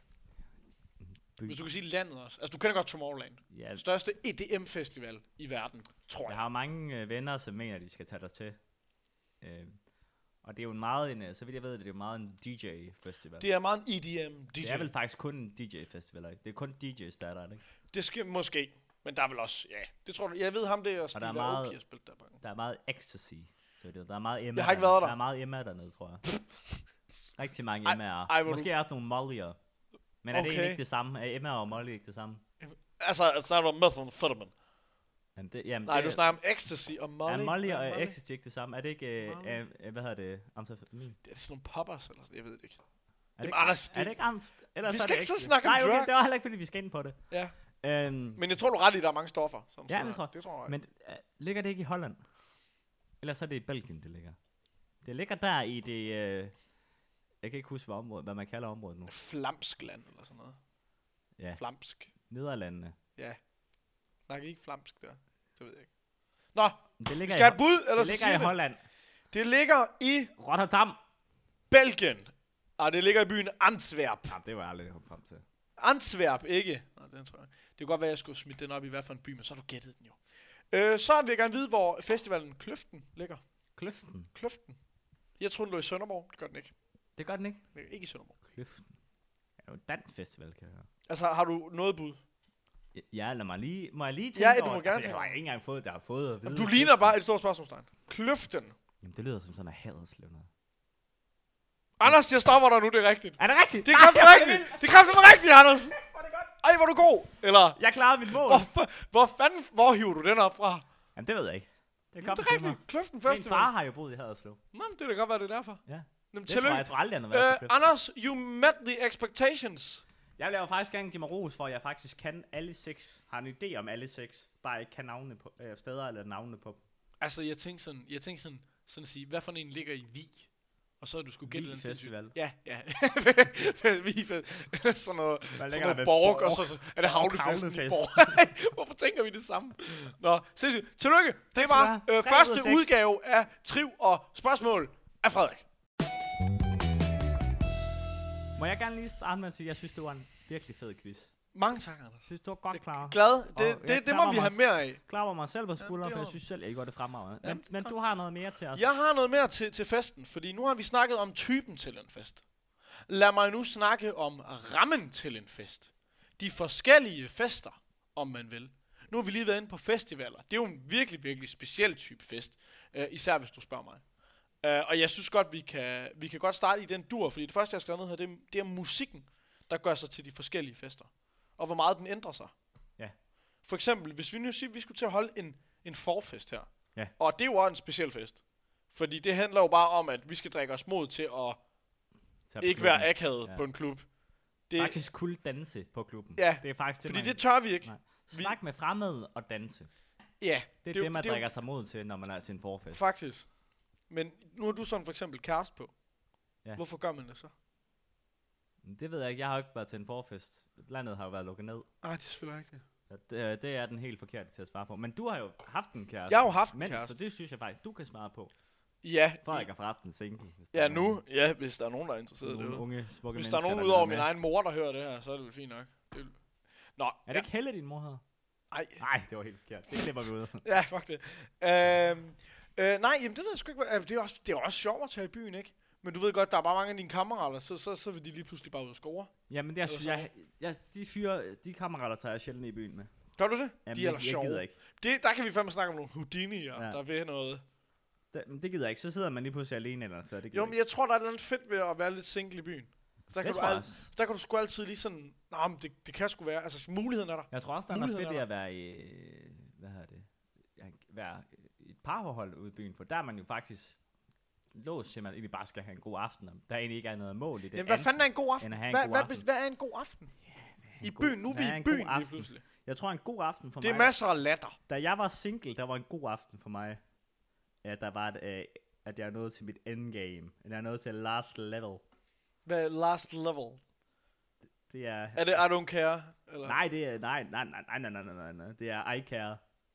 By. Hvis du kan sige landet også. Altså, du kender godt Tomorrowland. Ja, Største E D M-festival i verden, tror jeg jeg. har mange øh, venner, som mener, at de skal tage dig til. Øh, og det er jo en meget en, øh, så vidt jeg ved, det er jo meget en D J-festival. Det er meget en E D M D J. Det er vel faktisk kun en D J-festival, ikke? Det er kun D J's, der er der, ikke? Det skal måske. Men der er vel også, ja. Det tror du. Jeg ved ham, det er der Steve er meget- Aoki, har spillet der på. Der er meget ecstasy. Så det, der er meget Emma. Jeg har ikke dernede. været der. Der er meget Emma dernede, tror jeg. Rigtig mange Ej, Emma'er. ej, hvor Måske du- også nogle Molly'er. Men er det Okay. egentlig ikke det samme? Er Emma og Molly ikke det samme? Altså, snakker du om methamphetamine? Jamen, det, jamen, Nej, det, du snakker om ecstasy og Molly. Er Molly Hvad og er Molly? ecstasy ikke det samme? Er det ikke, øh, Molly? øh, øh, hvad hedder det, amfetamin? Det er sådan nogle poppers, eller sådan, jeg ved det ikke. Er det Jamen, ikke, Anders, er det- det ikke amf... Ellers Vi er skal det ikke så ecstasy. snakke om Nej, okay, drugs. det var heller ikke, fordi vi skal ind på det. Ja. Øhm, Men jeg tror, du er ret i, at der er mange stoffer. Som Ja, sådan det er. tror jeg. Det tror jeg. men øh, ligger det ikke i Holland? Ellers er det i Belgien, det ligger. Det ligger der i det... Øh, jeg kan ikke huske, hvad, område, hvad man kalder området nu. Flamskland, eller sådan noget. Ja, Flamsk. Nederlandene. Ja. Nej, ikke flamsk der. Det ved jeg ikke. Nå, Men Det vi ligger, skal have i, et bud, eller det så ligger siger i det. Holland. Det ligger i Rotterdam. Belgien. Og det ligger i byen Antwerp. Ja, det var jeg aldrig kommet frem til. Antwerp, ikke? Nå, den tror jeg. Det kunne godt være, at jeg skulle smide den op i hvad for en by, men så har du gættet den jo. Øh, så vil jeg gerne vide, hvor festivalen Kløften ligger. Kløften. Kløften. Jeg tror den lå i Sønderborg. Det gør den ikke. Det gør den ikke. Den ligger ikke i Sønderborg. Kløften. Ja, det er jo en dansk festival, kan jeg høre. Altså, har du noget bud? Ja, lad mig lige, må jeg lige tænke Ja, du må over- gerne altså, jeg tænke har ikke engang fået, der har fået at vide. Jamen, du ligner bare et stort spørgsmålstegn. Kløften. Jamen, det lyder som sådan en Haderslev noget. Anders, jeg stopper dig nu, det er rigtigt. Er det rigtigt? Det er kraftigt rigtigt. Det er kraftigt rigtigt, Anders. Ej, hvor er du god. Eller, Jeg klarede mit mål. hvor, hvor fanden, hvor hiver du den op fra? Jamen, det ved jeg ikke. Det Det kom er til mig. rigtigt. Kløften Min Festival. far har jo boet i Haderslev. Nå, men det kan godt være, det er derfor. Ja. Jamen, Det tror jeg, tillykke. jeg tror aldrig, han har været til Øh, kløften. Anders, you met the expectations. Jeg vil jo faktisk gerne give mig ros for, at jeg faktisk kan alle seks. Har en idé om alle seks. Bare ikke kan navnene på, øh, steder eller navnene på. Altså, jeg tænkte sådan, jeg tænkte sådan, sådan at sige, hvad for en ligger i Vig? Og så du skulle gætte Vig den sindssygt. Festival. Ja, ja. Vig Festival. Sådan noget, sådan ligger der noget ved borg, Borg? og så, så er det havnefesten i Havnefest. Borg. Hvorfor tænker vi det samme? Nå, sindssygt. Tillykke. Det var du have. øh, Tre ud af første seks. udgave af Triv og Spørgsmål af Frederik. Må jeg gerne lige starte med at sige, at jeg synes, det var en virkelig fed quiz. Mange tak, Anders. Jeg synes, du var godt klar. Glad. Og Det, jeg det, det må klapper vi mig have mere af. Klapper mig selv på skulderen, det for jeg har- synes selv, jeg gør det fremragende. Men, Jamen, det er men godt. du har noget mere til os. Jeg har noget mere til, til festen, fordi nu har vi snakket om typen til en fest. Lad mig nu snakke om rammen til en fest. De forskellige fester, om man vil. Nu har vi lige været inde på festivaler. Det er jo en virkelig, virkelig speciel type fest. Uh, især hvis du spørger mig. Uh, og jeg synes godt, vi kan, vi kan godt starte i den dur, fordi det første, jeg har skrevet ned her, det er, det er musikken, der gør sig til de forskellige fester. Og hvor meget den ændrer sig. Ja. For eksempel, hvis vi nu siger, at vi skulle til at holde en, en forfest her. Ja. Og det er jo også en speciel fest. Fordi det handler jo bare om, at vi skal drikke os mod til at Tag på ikke klubben. være akavet Ja. på en klub. Det, Faktisk kunne danse på klubben. Ja, Det er faktisk det, fordi man... det tør vi ikke. Nej. Snak med fremmede og danse. Ja, Det er det, jo- det man det er jo- drikker sig mod til, når man er til en forfest. faktisk. Men nu har du sådan for eksempel kæreste på. Ja. Hvorfor gør man det så? Det ved jeg ikke. Jeg har jo ikke været til en forfest. Landet har jo været lukket ned. Nej, det er selvfølgelig rigtigt. Så det, det er den helt forkerte til at svare på. Men du har jo haft en kæreste. Jeg har jo haft en men, kæreste. Så det synes jeg faktisk, du kan svare på. Ja, Frederik er forresten single. hvis der ja er nu. nogen- Ja, hvis der er nogen, der er interesseret i Nogle det. unge, smukke Hvis der er mennesker, nogen udover lytter min med. egen mor, der hører det her, så er det vel fint nok. Det vil... Nå, Er det ikke Helle, din mor hedder? Ej. Nej, det var helt forkert. Det klipper vi ud. Ja, fuck det. Øhm, øh, nej, jamen det ved jeg sgu ikke. hvad- øh, Det er, også, det er også sjovt at tage i byen, ikke? Men du ved godt, der er bare mange af dine kammerater, så, så, så vil de lige pludselig bare ud og score. Jamen, jeg, Eller synes, jeg, jeg, de fyre, de kammerater tager jeg sjældent i byen med. Gør du det? Jamen, de er jeg, ellers jeg sjove. gider ikke. Det, der kan vi fandme snakke om nogle Houdini'er, Ja. der vil noget. Det, det gider jeg ikke. Så sidder man lige pludselig alene eller så. Det gider Jo, jeg men jeg tror, der er noget fedt ved at være lidt single i byen. Så der, Det kan du, tror jeg al- også. der kan du sgu altid lige sådan, nej, men det, det kan sgu være, altså muligheden er der. Jeg tror også, der er noget fedt Muligheden i er at være i, hvad hedder det, ja, være i et parforhold ude i byen, for der er man jo faktisk låst til, at man egentlig bare skal have en god aften, og der egentlig ikke er noget mål i det. Jamen, hvad fanden er en god aften? end at have en Hvad, god hvad, aften. hvad, hvad er en god aften? I en god- byen, nu er vi hvad er i en byen god lige aften? pludselig. Jeg tror, en god aften for Det er mig, masser af latter. da jeg var single, der var en god aften for mig, at der var et, øh, at jeg er nået til mit endgame, at jeg er nået til last level. Hvad er last level? Det er... Er det I don't care? Eller? Nej, det er... Nej, nej, nej, nej, nej, nej, nej, nej, nej. Det er I care.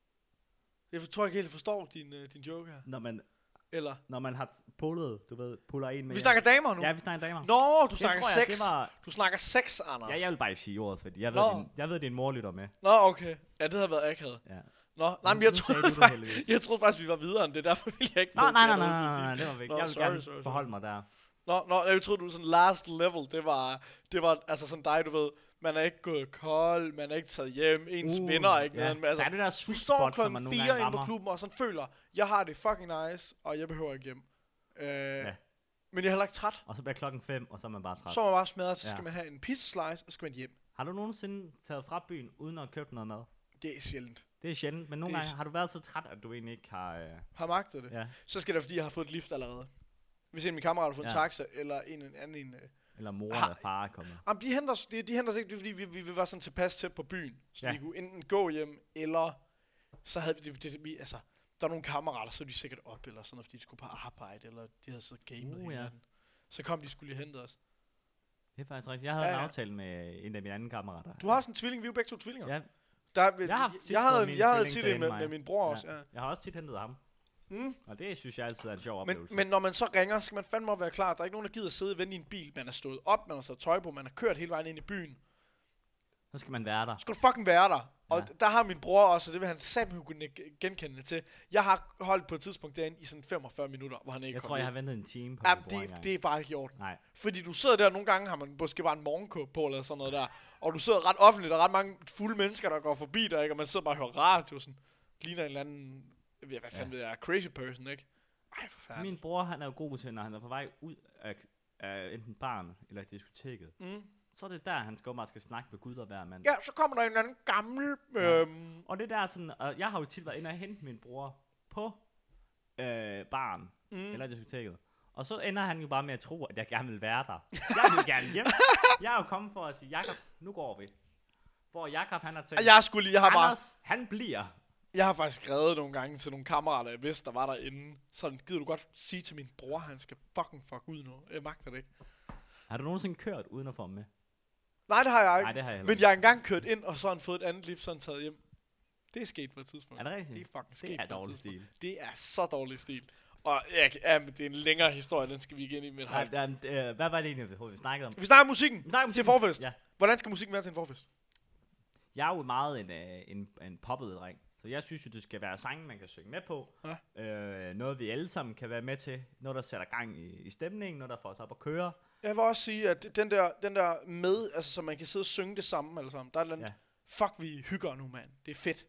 Jeg tror ikke helt, jeg forstår din, uh, din joke her. Når man, Eller? når man har pullet, du ved, puller en med... Vi snakker damer nu. Ja, vi snakker damer. Nå, du Det snakker tror jeg, sex. det var... Du snakker sex, Anders. Ja, jeg vil bare ikke sige ordet, fordi jeg ved, Nå. din, jeg ved, din mor lytter med. Nå, okay. Ja, det havde været akavet. Ja. Nå, nej, Nu- men jeg nu troede, sagde du det faktisk, heldigvis. jeg troede faktisk, vi var videre end det. Derfor ville jeg ikke Nå, nej, nej, provokere nej, dig til at nej, sige. nej, det var vigtigt. Nå, Jeg vil sorry, gerne sorry, forholde mig der. Nå, nå, jeg troede, du var sådan last level. Det var, det var altså sådan dig, du ved. Man er ikke gået kold, man er ikke taget hjem, ens uh, venner er ikke ja. noget. Men altså, Der er det der du sweet står spot, som man klokken nogle fire gange inde på rammer. klubben, og sådan føler, jeg har det fucking nice, og jeg behøver ikke hjem. Øh, Ja. Men jeg er heller ikke træt. Og så bliver klokken fem, og så er man bare træt. Så er man bare smadret, så Ja. skal man have en pizza slice, og så skal man hjem. Har du nogensinde taget fra byen, uden at købe noget mad? Det er sjældent. Det er sjældent, men nogle Det er gange har du været så træt, at du egentlig ikke har... Øh, Har magtet det. ja, Så skal det være, fordi jeg har fået et lift allerede. Hvis en af mine kammerater har fået en Ja. taxa, eller en, en anden en... Øh, eller mor Har- eller far er kommet. Jamen, de henter os, de, de henter os ikke, det er, fordi vi, vi, vi var sådan tilpas tæt på byen. Så Ja. vi kunne enten gå hjem, eller så havde vi det, det, det vi, altså, der er nogle kammerater, så er de sikkert op, eller sådan noget, fordi de skulle på arbejde, eller de havde så gamet Uh, ja. hinanden. Så kom de skulle lige hente os. Det er faktisk rigtigt. Jeg havde Ja, en ja. aftale med en af mine andre kammerater. Du har også en tvilling, vi er jo begge to tvillinger. Ja, Der, er- Jeg har jeg, tit jeg fået havde, min jeg havde tvilling tit til at det med, hente med mig. min bror også, ja. jeg har også tit hentet ham. Mm. Og det synes jeg altid er en sjov Men, oplevelse. men når man så ringer, skal man fandme op være klar. Der er ikke nogen, der gider sidde og vente i en bil. Man er stået op, man har taget tøj på, man har kørt hele vejen ind i byen. Så skal man være der. Skal du fucking være der? Og Ja. der har min bror også, og det vil han satme kunne genkende til. Jeg har holdt på et tidspunkt derinde i sådan femogfyrre minutter, hvor han ikke Jeg kom tror, jeg ind. har ventet en time på Ja, min bror det, engang. det er bare ikke i orden. Nej. Fordi du sidder der, nogle gange har man måske bare en morgenkåb på, eller sådan noget der. Og du sidder ret offentligt, og ret mange fulde mennesker, der går forbi dig, ikke? Og man sidder bare og hører radio, sådan. Ligner en eller anden, jeg ved, hvad fanden Ja. ved jeg, crazy person, ikke? Ej, for fanden. Min bror, han er jo god til, når han er på vej ud af, øh, enten barn eller i diskoteket, Mm. så er det der, han skal åbenbart skal snakke med Gud og hver mand. Ja, så kommer der en eller anden gammel... Ja. Øhm, Og det der er sådan, og jeg har jo tit været inde og hente min bror på øh, baren, mm. eller diskoteket. Og så ender han jo bare med at tro, at jeg gerne vil være der. Jeg vil jo gerne hjem. Jeg er jo kommet for at sige, Jakob, nu går vi. Hvor Jakob han har tænkt, Jeg, skulle lige, jeg, har bare, Anders, han bliver. jeg har faktisk skrevet nogle gange til nogle kammerater, jeg vidste, der var derinde. Sådan, gider du godt sige til min bror, han skal fucking fuck ud nu. Jeg magter det ikke. Har du nogensinde kørt uden at få ham med? Nej, det har jeg ikke. Nej, det har jeg heller Men ikke. jeg har engang kørt ind, og så har han fået et andet liv, sådan taget hjem. Det er sket på et tidspunkt. Er det rigtigt? Det er fucking sket Det er på et dårlig tidspunkt. stil. Det er så dårlig stil. Og ja, ja, men det er en længere historie, den skal vi ikke ind i med et Nej, hype. der, øh, hvad var det egentlig, vi snakkede om? Vi snakker om musikken Vi snakker om til musikken. forfest. Ja. Hvordan skal musikken være til en forfest? Jeg er jo meget en, øh, en, en poppet dreng. Så jeg synes jo, det skal være sange, man kan synge med på. Ja. Øh, noget, vi alle sammen kan være med til. Noget, der sætter gang i, i stemningen. Noget, der får os op at køre. Jeg vil også sige, at den der, den der med, altså så man kan sidde og synge det sammen alle sammen. Der er et eller andet, Ja. fuck vi hygger nu, mand. Det er fedt.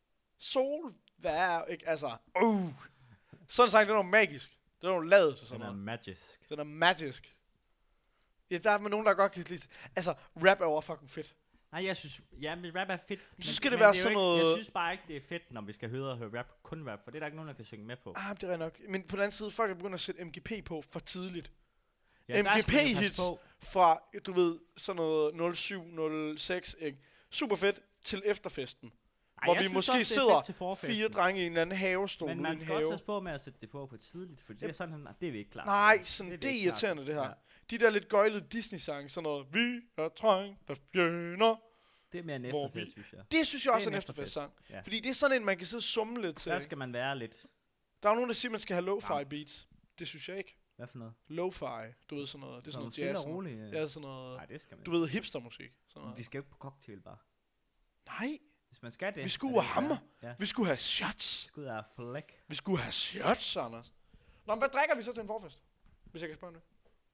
Sol, hvad er, ikke, altså, uh. Sådan en sang, den er jo magisk. Den er jo lavet til sådan Den er noget. magisk. Den er magisk. Ja, der er med nogen, der godt kan lide. Altså, rap er jo fucking fedt. Nej, jeg synes, ja, men rap er fedt. Men så skal det men være er jo sådan ikke, noget- Jeg synes bare ikke, det er fedt, når vi skal høre og høre rap, kun rap. For det er der ikke nogen, der kan synge med på. Ah, det er nok. Men på den anden side, folk er begyndt at sætte M G P på for tidligt. Ja, der skal man jo passe M G P-hits på. fra, du ved, sådan noget nul syv nul seks, ikke? Super fedt til efterfesten. Ej, hvor jeg vi synes måske også, det er sidder fedt til forfesten. Fire drenge i en eller anden havestol Men ude i man en skal også have. passe på med at sætte det på for tidligt, for det er sådan, det er vi ikke klar til. Nej, sådan, er det, vi er ikke klar til. irriterende, det her. Ja. De der lidt gøjlede Disney-sange, sådan noget, vi er trængt af fjender. Det er mere en Hvor efterfest, vi- synes jeg. Det synes jeg Det også er er en en efterfestsang. efterfest, ja. Fordi det er sådan en, man kan sidde og summe lidt til. Der ikke? skal man være lidt... Der er jo nogen, der siger, at man skal have lo-fi Ramt. beats. Det synes jeg ikke. Hvad for noget? Lo-fi, du ved sådan noget. Det er sådan noget stille jazz. og Sådan roligt. noget. Ja. Ja, sådan noget. Nej, det skal man Du ved, hipstermusik. Sådan ikke. noget. Vi skal jo ikke på cocktailbar. Nej, Hvis man skal det... Vi skulle er det have hammer. Ja. ja. vi skulle have shots. Vi skulle have flæk. Vi skulle have shots, Anders. Nå, men hvad drikker vi så til en forfest? Hvis jeg kan spørge om det.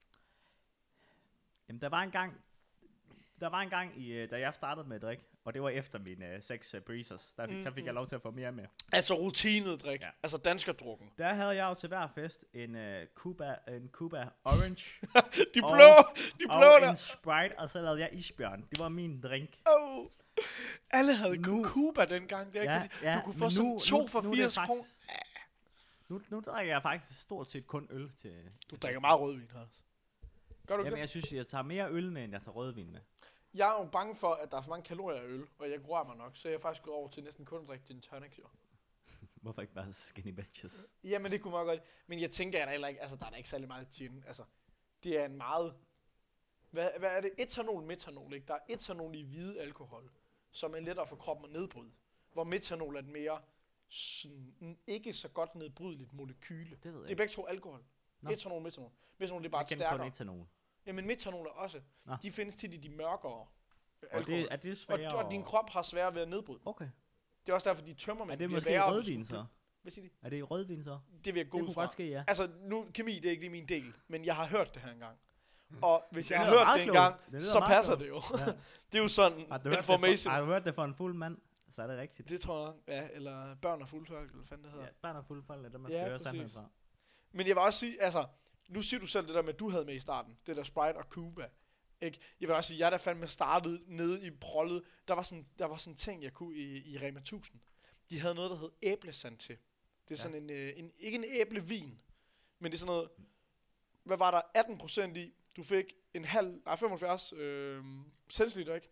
Jamen, der var en gang... Der var en gang, i, øh, da jeg startede med at drikke, og det var efter mine øh, seks uh, breezers, der fik, mm, så fik jeg lov til at få mere med. Altså rutinet drik. Ja. Altså danskerdrukken. Der havde jeg jo til hver fest en uh, Cuba, en Cuba Orange De Og- blå, de blå og der. en Sprite, og så lavede jeg isbjørn. Det var min drink. Oh. Alle havde Nu- Cuba dengang. Det er Ja, ikke, ja, du kunne få men sådan nu- to nu- for nu er det firs kroner. faktisk- Nu, nu drikker jeg faktisk stort set kun øl til... Du drikker meget rødvin, Hans. Gør du ikke Jamen, det? jeg synes, jeg tager mere øl med, end jeg tager rødvin med. Jeg er jo bange for, at der er for mange kalorier i øl, og jeg gruer mig nok, så jeg er faktisk gået over til næsten kun at drikke gin tonic, jo. Hvorfor ikke bare skinny bitches? Jamen, det kunne man godt. Men jeg tænker, at der heller ikke, altså, der er da ikke særlig meget gin. Altså, det er en meget... Hvad, hvad er det? Etanol, metanol, ikke? Der er etanol i hvide alkohol, som er lettere for kroppen at nedbryde. Hvor metanol er et mere sådan, ikke så godt nedbrydeligt molekyle. Det ved jeg Det er ikke. begge to alkohol. Nå. Etanol, metanol. Metanol, det er bare Jeg et kendte kun stærkere. etanol. Jamen, metanol er også. Nå. De findes til i de mørkere Og alkohol. det, er det Og, sværere? og din krop har svært ved at nedbryde. Okay. Det er også derfor, de tømmer Er man det bliver måske værre, rødvin hvis du- så? Hvad siger de? Er det rødvin så? Det vil jeg gå Det ud kunne fra. godt ske, ja. Altså, nu, kemi, det er ikke lige min del, men jeg har hørt det her engang. Og hvis Det jeg har lyder hørt meget det klogt. engang, Det lyder så meget passer klogt. det jo. Ja. Det er jo sådan Har du, hørt det information. for, har du hørt det for en fuld mand? Så er det rigtigt. Det tror jeg, ja, eller børn og fuldtørk, eller hvad fanden det hedder. Ja, børn er fuld folk, det er det, man Ja, skal høre præcis. sandheden fra. Men jeg vil også sige, altså, nu siger du selv det der med, at du havde med i starten, det der Sprite og Cuba. Ikke? Jeg vil også sige, jeg der fandme startede nede i prollet, der var sådan, der var sådan en ting, jeg kunne i, i Rema tusind. De havde noget, der hed æblesanté. Det er Ja. sådan en, øh, en, ikke en æblevin, men det er sådan noget, hvad var der, atten procent i? Du fik en halv, nej femoghalvfjerds øh, centiliter, ikke?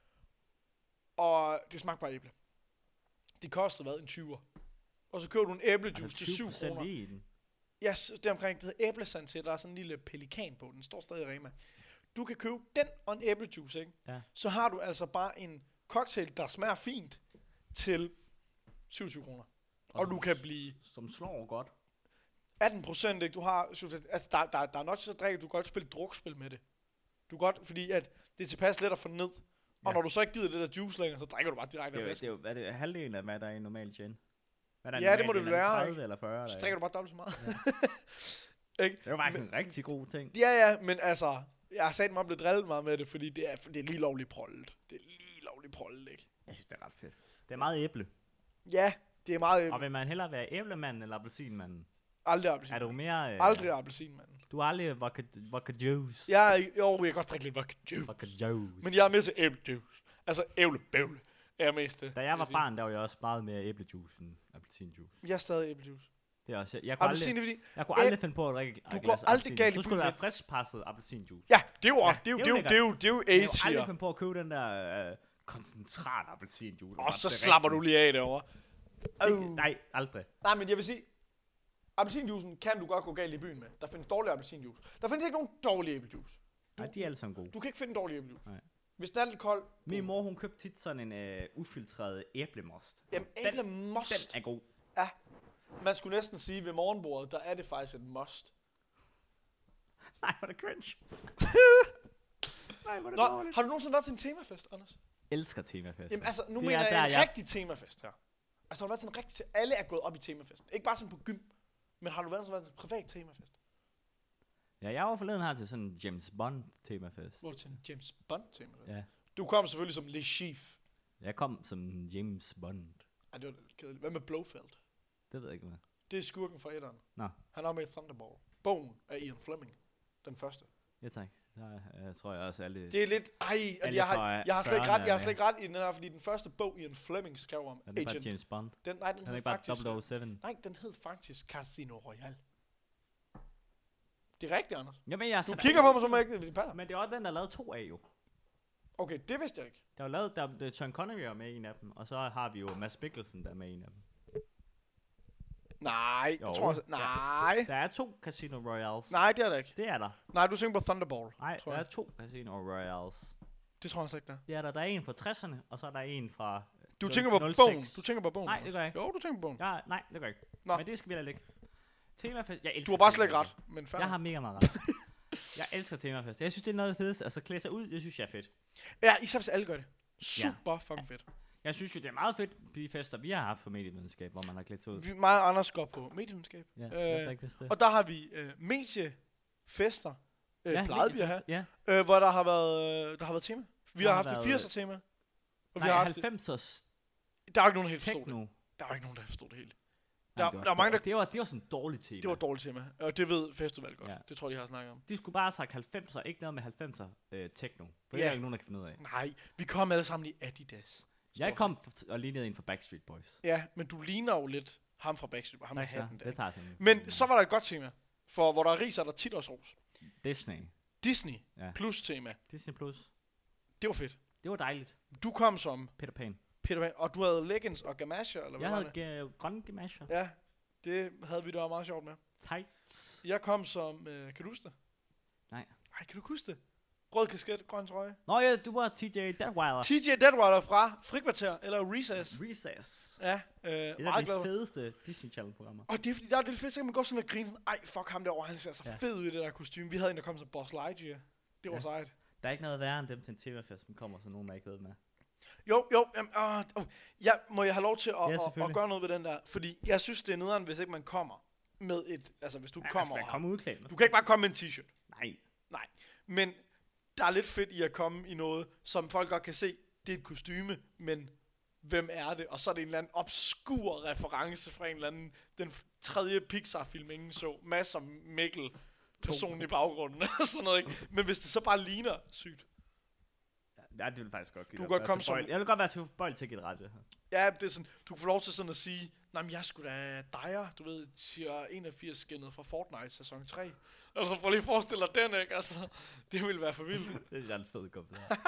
Og det smagte bare æble. Det kostede hvad, en tyver. Og så køber du en æblejuice til syv kroner. i den. Ja, yes, det er omkring, det hedder æblesanté, der er sådan en lille pelikan på, den står stadig i Rema. Du kan købe den og en æblejuice, ikke? Ja. Så har du altså bare en cocktail, der smager fint, til syvogtyve kroner. Og du kan blive Som slår godt. atten procent, ikke? Du har, altså der, der, der er nok til at drikke, du kan godt spille drukspil med det. Du kan godt, fordi at det er tilpas let at få ned. Og Ja. når du så ikke gider det der juice længere, så drikker du bare direkte Det af er, jo, flasken. det er jo, hvad er det, halvdelen af, hvad der er i en normal gin? Hvad er der Ja, en det må normal det gin? Er være, tredive ikke? eller fyrre? Så der drikker er? du bare dobbelt så meget. Ikke? Det var faktisk en rigtig god ting. Ja, ja, men altså, jeg har sagt mig blevet drillet meget med det, fordi det er, det er lige lovligt prollet. Det er lige lovligt prollet, ikke? Jeg synes, det er ret fedt. Det er meget æble. Ja, det er meget... Og vil man hellere være æblemand eller appelsinmanden? Aldrig appelsin. Er du mere... Øh, Aldrig appelsin, mand. Du har aldrig vodka, vodka juice. Jeg er, jo, jeg kan godt drikke lidt vodka juice. Vodka juice. Men jeg er med til æblejuice. Altså æblebøvle er jeg mest til. Da jeg var barn, der var jeg også meget mere æblejuice end appelsinjuice. Jeg er stadig æblejuice. Det er også... Jeg, jeg kunne Appelsin, aldrig, fordi... jeg kunne aldrig finde på at drikke Du et går glas aldrig appelsin. galt i Du skulle byen være med- friskpresset appelsinjuice. Ja, det er jo, Ja, ja, det er jo, det er jo, det er jo, det er jo, det er jo Jeg kunne aldrig A-tier. finde på at købe den der øh, koncentrat appelsinjuice. Og så slapper du lige af derovre. Det, nej, aldrig. Nej, men jeg vil sige, appelsinjuicen kan du godt gå galt i byen med. Der findes dårlig appelsinjuice. Der findes ikke nogen dårlig æblejuice. Nej, de er alle sammen gode. Du kan ikke finde en dårlig æblejuice. Nej. Hvis den er lidt kold... Min mor, hun købte tit sådan en øh, ufiltreret æblemost. Jamen, Den- æblemost. Den er god. Ja. Man skulle næsten sige, ved morgenbordet, der er det faktisk et must. Nej, hvor er det cringe. Nej, hvor er det Nå, dårligt. har du nogensinde været til en temafest, Anders? Elsker temafest. Jamen altså, nu Det mener er jeg der, en jeg- rigtig temafest her. Altså, har du været til en rigtig... Alle er gået op i temafesten. Ikke bare sådan på gym. Men har du været til en privat temafest? Ja, jeg var forleden her til sådan en James Bond temafest. Hvor er du til en James Bond temafest? Ja. Du kom selvfølgelig som Le Chief. Jeg kom som James Bond. Ej, det var lidt kedeligt. Hvad med Blofeld? Det ved jeg ikke, hvad. Det er skurken fra etteren. Nå, Han er med i Thunderball. Bogen af Ian Fleming. Den første. ja tak. Der, jeg tror jeg også alle... Det er lidt... Ej, at Alle jeg, har, fra jeg har slet ikke fyrrerne ret, jeg har er slet ikke ret i den her, fordi den første bog, Ian Fleming skrev om Er det bare Agent... James Bond? Den, nej, den Er det hed ikke bare faktisk... double oh seven? Nej, den hed faktisk Casino Royale. Det er rigtigt, Anders. Jamen, jeg Du kigger på mig, som jeg ikke... Det passer. Men det er også den, der lavede to af jo. Okay, det vidste jeg ikke. Der er jo lavet, der, der Sean Connery er med i en af dem, og så har vi jo Mads Mikkelsen, der er med i en af dem. Nej, Jo. det tror jeg... Nej. Der er to Casino Royales. Nej, det er der ikke. Det er der. Nej, du tænker på Thunderball. Nej, tror der jeg. er to Casino Royales. Det tror jeg slet ikke, der. Det er der. Der er en fra tresserne, og så er der en fra... Du nul- tænker på nul bogen. seks. Du tænker på bogen. Nej, det gør jeg ikke. Jo, du tænker på bogen. Ja, nej, det gør jeg ikke. Nå. Men det skal vi lade ligge. Temafest, jeg elsker Du har bare slet ikke temafest. ret, men fair. Jeg har mega meget ret. Jeg elsker temafest. Jeg synes, det er noget af det fedeste. Altså, klæde sig ud, det synes jeg er fedt. Ja, især hvis alle gør det. Super fucking fedt. Jeg synes jo, det er meget fedt, de fester, vi har haft for medievidenskab, hvor man har klædt sig ud. Vi, mig og Anders går på medievidenskab. Ja, Øh, det er ikke det. Og der har vi øh, mediefester, øh, Ja, plejede vi at have, Ja. øh, hvor der har været, øh, der har været tema. Vi Der har har haft et været- firserne tema. Og Nej, vi har haft halvfemsers det. Der er jo ikke nogen, der helt forstod det. techno. Der er jo ikke nogen, der forstod det helt. Nej, Der- det var der er mange, der- dårligt. Det var, det var sådan et dårligt tema. Det var et dårligt tema, og det ved festival godt. Ja. Det tror jeg, de har snakket om. De skulle bare have sagt halvfemser, ikke noget med halvfemser øh, techno. Det er Ja. der ikke nogen, der kan finde ud af. Nej, vi kom alle sammen i Adidas. Jeg Stort kom f- og lignede en fra Backstreet Boys. Ja, men du ligner jo lidt ham fra Backstreet, ham med Tak skal du hatten have. der. Det tager jeg sådan. Men så var der et godt tema, for hvor der er ris, er der tit også ros. Disney. Disney Ja. plus tema. Disney Plus. Det var fedt. Det var dejligt. Du kom som Peter Pan. Peter Pan, og du havde leggings og gamasher, eller hvad Jeg var det? havde g- grønne gemasher. Ja, det havde vi da meget sjovt med. Tights. Jeg kom som, øh, kan du huske det? Nej. Nej, kan du huske det? Rød kasket, grøn trøje. Nå ja, du var T J Detweiler. T J Detweiler fra Frikvarter, eller Recess. Recess. Ja, øh, Et af meget glad. de fedeste Disney Channel programmer. Og det er fordi, der er det fedt, at man går sådan og griner sådan, ej, fuck ham derovre, han ser så Ja. fed ud i det der kostume. Vi havde en, der kom som Boss Lightyear. Det var Ja. sejt. Der er ikke noget værre end dem til en temafest, som kommer, så nogen der ikke ved med. Jo, jo, jamen, åh, åh, jeg, må jeg have lov til at, Ja, at, at, selvfølgelig. gøre noget ved den der? Fordi jeg synes, det er nederen, hvis ikke man kommer med et, altså hvis du Ja, kommer man og skal komme udklædt. du kan ikke bare komme med en t-shirt. Nej. Nej, men der er lidt fedt i at komme i noget, som folk godt kan se, det er et kostyme, men hvem er det? Og så er det en eller anden obskur reference fra en eller anden, den tredje Pixar-film, ingen så. Masser af Mikkel person i baggrunden, og sådan noget, ikke? Men hvis det så bare ligner sygt. Ja, det vil faktisk godt give Du dig kan godt være komme tilbøjelig. som- Jeg vil godt være tilbøjelig til at give det ret. det her. Ja, det er sådan, du kan få lov til sådan at sige, nej, men jeg skulle da dig, du ved, siger enogfirs-skinnet fra Fortnite sæson tre. Altså, prøv lige at forestille dig den, ikke? Altså, det ville være for vildt. Det er en fed kom.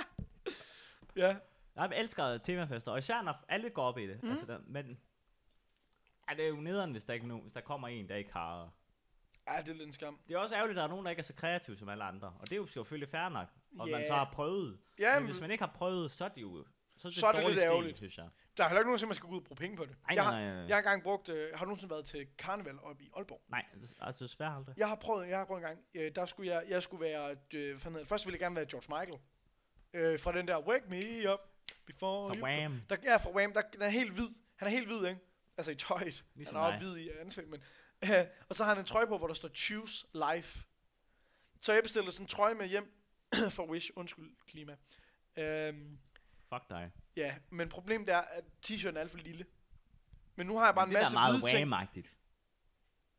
Ja, Jeg elsker temafester, og især når alle går op i det. Mm. Altså, der, men ja, det er jo nederen, hvis der, ikke no, hvis der kommer en, der ikke har... ja, det er lidt en skam. Det er også ærgerligt, at der er nogen, der ikke er så kreative som alle andre. Og det er jo selvfølgelig fair nok, og Ja. man så har prøvet. Ja, Men hvis man ikke har prøvet, så er det jo... Så er det, Så er det dårlig lidt stil, ærgerligt. synes jeg. Der er heller ikke nogen, der man skal gå ud og bruge penge på det. Ej, jeg, nej, har, nej, nej. jeg har engang brugt, øh, har du nogensinde været til karneval oppe i Aalborg? Nej, det- altså desværre aldrig. Jeg har prøvet, jeg har prøvet en gang, øh, der skulle jeg, jeg skulle være, øh, hvad fanden hedder det? Først ville jeg gerne være George Michael. Øh, fra den der, Wake Me Up Before For You... Wham! Der, ja, fra Wham, der, den er helt hvid. Han er helt hvid, ikke? Altså i tøjet. Ligesom han er også mig. hvid i ansigt, men... Øh, og så har han en trøje på, hvor der står Choose Life. Så jeg bestilte sådan en trøje med hjem for Wish, undskyld klima. Øhm, Fuck dig. ja, men problemet er, at t-shirten er alt for lille. Men nu har jeg bare Men en det masse der er meget hvide ting. Wham-agtigt.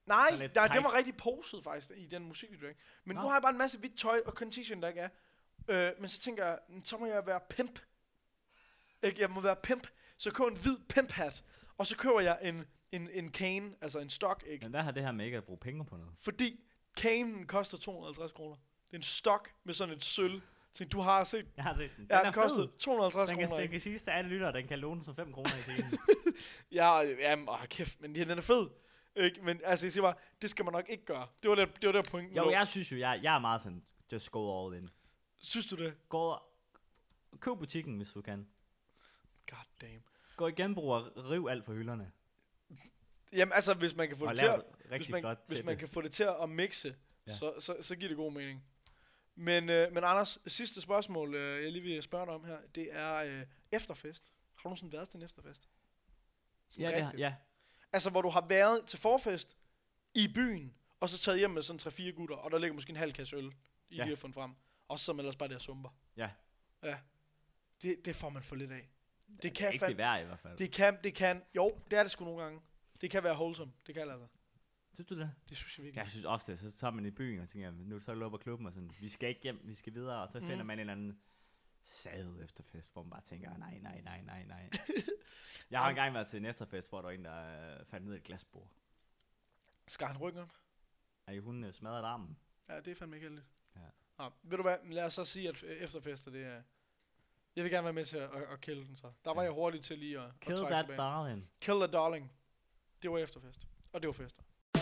Nej, lidt der, tight. det var rigtig poset faktisk i den musikvideo, ikke? Men Nå. nu har jeg bare en masse hvidt tøj og condition, der ikke er. Øh, men så tænker jeg, så må jeg være pimp. Ikke? Jeg må være pimp. Så køber jeg en hvid pimp-hat. Og så køber jeg en, en, en cane, altså en stok, ikke? Men hvad har det her med ikke at bruge penge på noget? Fordi canen koster to hundrede og halvtreds kroner. Det er en stok med sådan et sølv. Så du har set. Jeg har set den. Den Ja, er den kostede fed. to hundrede og halvtreds Den kan, kroner. den kan siges til alle lyttere, den kan lånes for fem kroner i timen. Ja, jamen, åh, kæft, men den er fed. Ikke? Men altså, jeg siger bare, det skal man nok ikke gøre. Det var der, det var der pointen Jo, lå. jeg synes jo, jeg, jeg er meget sådan, just go all in. Synes du det? Gå køb butikken, hvis du kan. God damn. Gå i genbrug og riv alt for hylderne. Jamen altså, hvis man kan få Og det til lav at, et hvis rigtig man, flot hvis tæppe. man kan få det til at mixe, Ja. så, så, så giver det god mening. Men, øh, men Anders, sidste spørgsmål, øh, jeg lige vil spørge dig om her, det er øh, efterfest. Har du nogensinde været til en efterfest? Sådan Ja, det har, rigtigt. ja. Altså, hvor du har været til forfest i byen, og så taget hjem med sådan tre-fire gutter, og der ligger måske en halv kasse øl, I Ja. lige har fundet frem. Og så er man ellers bare der sumper. Ja. Ja. Det, det får man for lidt af. Det Det kan er ikke fandme- det værd i hvert fald. Det kan, det kan, jo, det er det sgu nogle gange. Det kan være wholesome, det kan altså. Synes du det? Det synes jeg virkelig. Jeg synes ofte, så tager man i byen og tænker, nu så lukker klubben og sådan, vi skal ikke hjem, vi skal videre, og så Mm. finder man en eller anden sad efterfest, hvor man bare tænker, nej, nej, nej, nej, nej. Jeg har engang været til en efterfest, hvor der var en, der øh, faldt ned i et glasbord. Skar han ryggen op? Ej, hun øh, smadrede armen. Ja, det er fandme ikke heldigt. Ja. Nå, ved du hvad, lad os så sige, at øh, efterfester, det er... Jeg vil gerne være med til at, at, at kælde den så. Der var Ja. jeg hurtig til lige at, Kill at trække that tilbage. darling. Kill the darling. Det var efterfest. Og det var fester.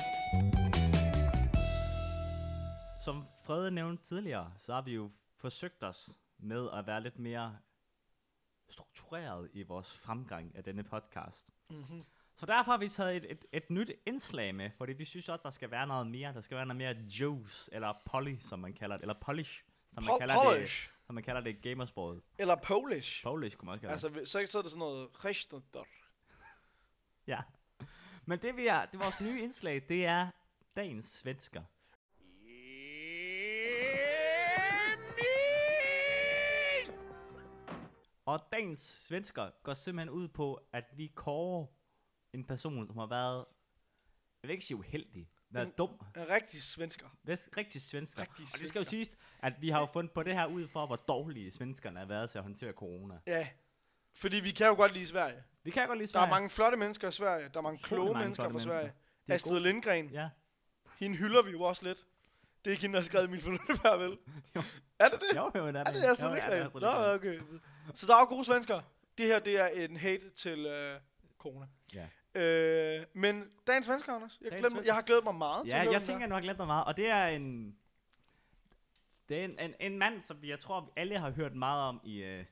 Som Frede nævnte tidligere, så har vi jo forsøgt os med at være lidt mere struktureret i vores fremgang af denne podcast. Mm-hmm. Så derfor har vi taget et, et, et nyt indslag med, fordi vi synes også, der skal være noget mere. Der skal være noget mere juice, eller poly, som man kalder det, eller polish, som man Pol- kalder Polish. det, som man kalder det i gamersproget. Eller Polish. Polish kunne man også kalde Altså, vi- så, så er det sådan noget... Richter. det. Ja. Men det vi er, det vores nye indslag, det er dagens svensker. Og dagens svensker går simpelthen ud på, at vi kårer en person, som har været, jeg vil ikke sige uheldig, været En- dum, En rigtig svensker. Vest, rigtig svensker. Rigtig Og det skal jo svensker. siges, at vi har jo fundet på det her ud for, hvor dårlige svenskerne har været til at håndtere corona. Ja. Fordi vi kan jo godt lide Sverige. Vi kan godt lide Der Sverige. er mange flotte mennesker i Sverige. Der er mange Utrolig kloge mange mennesker flotte fra Sverige. mennesker. De er Astrid gode. Lindgren. Ja. Hende hylder vi jo også lidt. Det er ikke hende, der har skrevet Emil von Lønneberg, vel? Jo. Er det det? Jo, jo, det er Er det Astrid Jo, ja, det er Lindgren? Astrid Nå, Lindgren. okay. Så der er jo gode svensker. Det her, det er en hate til øh, corona. Ja. Øh, men dagens svensker, Anders. Jeg, Dagens glæder, mig- svensker. jeg har glædet mig meget til Ja, at høre jeg den tænker, her. at du har glemt mig meget. Og det er en... Det er en, en, en mand, som jeg tror, vi alle har hørt meget om i, øh,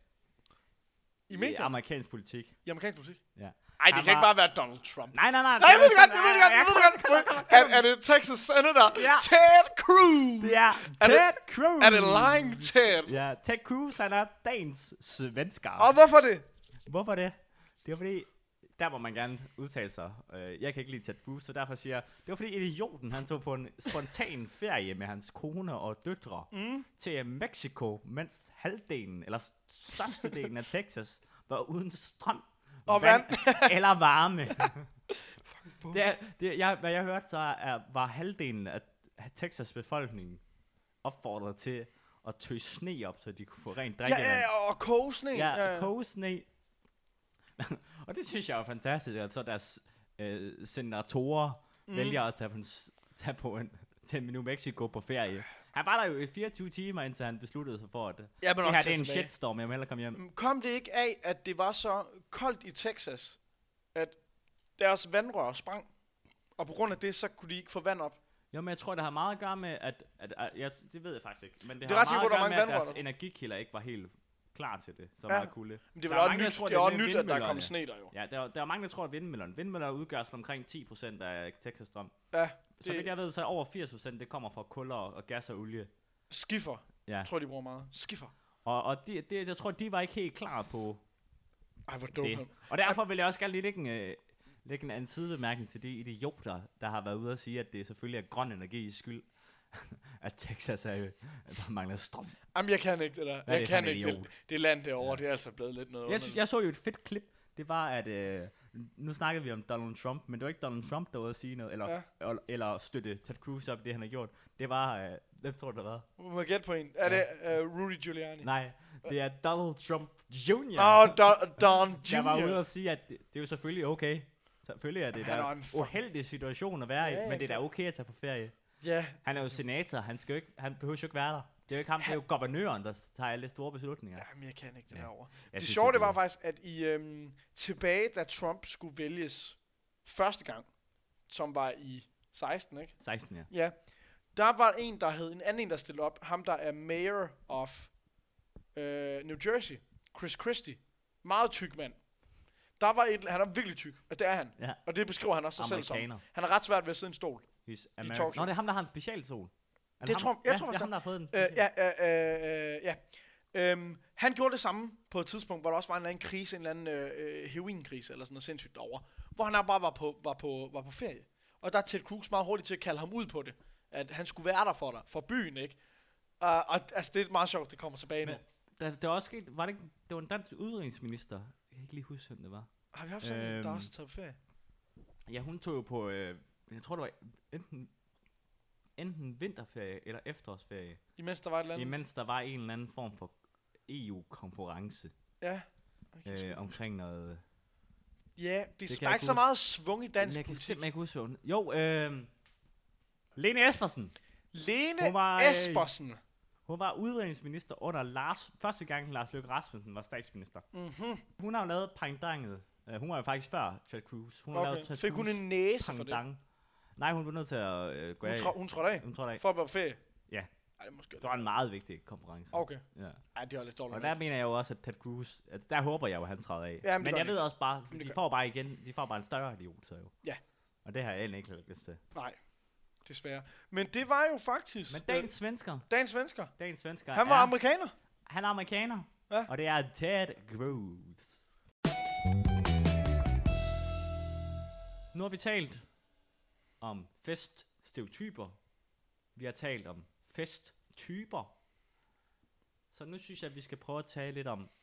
I medier? amerikansk politik. I amerikansk politik? Ja. Ej, det Han kan ikke var- bare være Donald Trump. Nej, nej, nej. Nej, jeg ved det godt, jeg ved det godt, jeg ved det Ja, godt. Er, er det Texas Senator? Ja. Ted Cruz! Det er Er det- Ted Cruz. Er det Lying Ted? Ja, Ted Cruz, han er dagens svensker. Og hvorfor det? Hvorfor det? Det var fordi, der må man gerne udtale sig. Øh, Jeg kan ikke lide Ted Cruz, så derfor siger jeg, det var fordi idioten, han tog på en spontan ferie med hans kone og døtre Mm. til Mexico, mens halvdelen, eller størstedelen af Texas, var uden strøm, Og eller varme. det er, det, jeg, hvad jeg hørte, så er, var halvdelen af Texas befolkning opfordret til at tøje sne op, så de kunne få rent Ja, drikkevand. ja, og kogesne. Ja, koge sne. Og det synes jeg er fantastisk, at så deres øh, senatorer mm. vælger at tage på, en, s- tage på en, til New Mexico på ferie. Han var der jo i fireogtyve timer, indtil han besluttede sig for, at det Ja, men her nok det er en tilbage. shitstorm, jeg må hellere komme hjem. Mm, Kom det ikke af, at det var så koldt i Texas, at deres vandrør sprang, og på grund af det, så kunne de ikke få vand op? Jo, men jeg tror, det har meget at gøre med, at, at, at ja, det ved jeg faktisk ikke, men det, Det er har ret sikkert, meget hvor at der gøre er med, mange at deres vandrør. energikilder ikke var helt klar til det, så Ja. meget kulde. Men det Der var er også mange, der nyt, tror, det er også vind- nyt, at der kom vindmøllerne. sne der jo. Ja, der, der er mange, der tror, at vindmøllerne, vindmøller udgør sådan omkring ti procent af Texas strøm. Ja, Så det vidt jeg ved, så er over firs procent, det kommer fra kul og, og gas og olie. skiffer. Ja. Jeg tror, de bruger meget. Skiffer. Og, og det, det, jeg tror, de var ikke helt klar på Ej, hvor dumt. det. Og derfor vil jeg også gerne lige lægge en, øh, lægge en anden sidebemærkning til de idioter, der har været ude og sige, at det selvfølgelig er grøn energi skyld, at Texas er, øh, at der mangler strøm. Jamen, jeg kan ikke det der. er Jeg det kan for en ikke det. idiot? Det land derovre, Ja. det er altså blevet lidt noget Jeg, sy- jeg så jo et fedt klip, det var, at øh, nu snakkede vi om Donald Trump, men det var ikke Donald Trump, der var at sige noget, eller, Ja. eller, eller støtte Ted Cruz op i det, han har gjort. Det var, øh, hvem tror du, det var? Må jeg gætte på en? Er det uh, Rudy Giuliani? Nej, det er Donald Trump junior Åh, oh, Don, Don Jeg Junior var ude og sige, at det, det er jo selvfølgelig okay. Selvfølgelig er det Han der er en fuck- uheldig situation at være i, Ja, men det er da det- okay at tage på ferie. Ja, Han er jo senator, han, skal jo ikke, han behøver jo ikke være der. Det er jo ikke ham, det er jo guvernøren, der tager alle store beslutninger. jamen jeg kan ikke det Ja. derovre. Jeg Det synes, sjove, det er- var faktisk, at i øhm, tilbage, da Trump skulle vælges første gang, som var i seksten, ikke? seksten, ja. Ja. Der var en, der hed en anden en, der stillede op. Ham, der er mayor of øh, New Jersey. Chris Christie. Meget tyk mand. Der var et, han er virkelig tyk, og det er han. Ja. Og det beskriver han også sig selv som. Amerikaner. Han er ret svært ved at sidde i en stol. He's talkshow. American. Nå, det er ham, der har en specialstol. Er Det ham? tror- jeg ja, tror det faktisk, er ham, der har fået den. Øh, ja, øh, øh, ja. Øhm, han gjorde det samme på et tidspunkt, hvor der også var en eller anden krise, en eller anden øh, heroinkrise eller sådan noget sindssygt derovre, hvor han bare var på, var, på, var på ferie. Og der er Ted Cruz meget hurtigt til at kalde ham ud på det, at han skulle være der for dig, for byen, ikke? Uh, og altså, det er meget sjovt, det kommer tilbage nu. Men, der, der var også sket, var det ikke, det var en dansk udviklingsminister. Jeg kan ikke lige huske, hvem det var. Har vi haft sådan en, der øhm, også er taget på ferie? Ja, hun tog jo på, øh, jeg tror det var enten, enten vinterferie eller efterårsferie, Imens der var et eller andet? imens der var en eller anden form for E U-konference Ja. Okay, øh, omkring noget. ja, det, det det kan der er jeg ikke ikke så huske. meget svung i Men dansk jeg kan politik. simpelthen ikke huske, hvad hun... Jo, øh, Lene Espersen. Lene Hun var, øh, Espersen. Hun var udviklingsminister under Lars, første gang Lars Løkke Rasmussen var statsminister. Mhm. Hun har jo lavet pangdanget. Uh, hun var jo faktisk før Ted Cruz. Hun har lavet Okay. Ted Fik hun Cruz en næse for det? pangdang. Nej, hun blev nødt til at øh, gå Hun, af. tro, hun trådte af? Hun trådte af. For at være på ferie? Ja. Ej, det er måske Det var en meget vigtig konference. Okay. Ja. Ej, det var lidt dårligt. Og der mener jeg jo også, at Ted Cruz, at der håber jeg jo, at han træder af. Jamen, det Men gør jeg han ved også bare, det de gør- får bare igen, de får bare en større idiot, så jo. Ja. Og det har jeg egentlig ikke lyst til. Nej, desværre. Men det var jo faktisk... Men dagens svensker, Øh, dagens svensker. dagens svensker Han var er, amerikaner. han er amerikaner. Ja. Og det er Ted Cruz. Nu har vi talt om feststereotyper. Vi har talt om festtyper. Så nu synes jeg, at vi skal prøve at tale lidt om,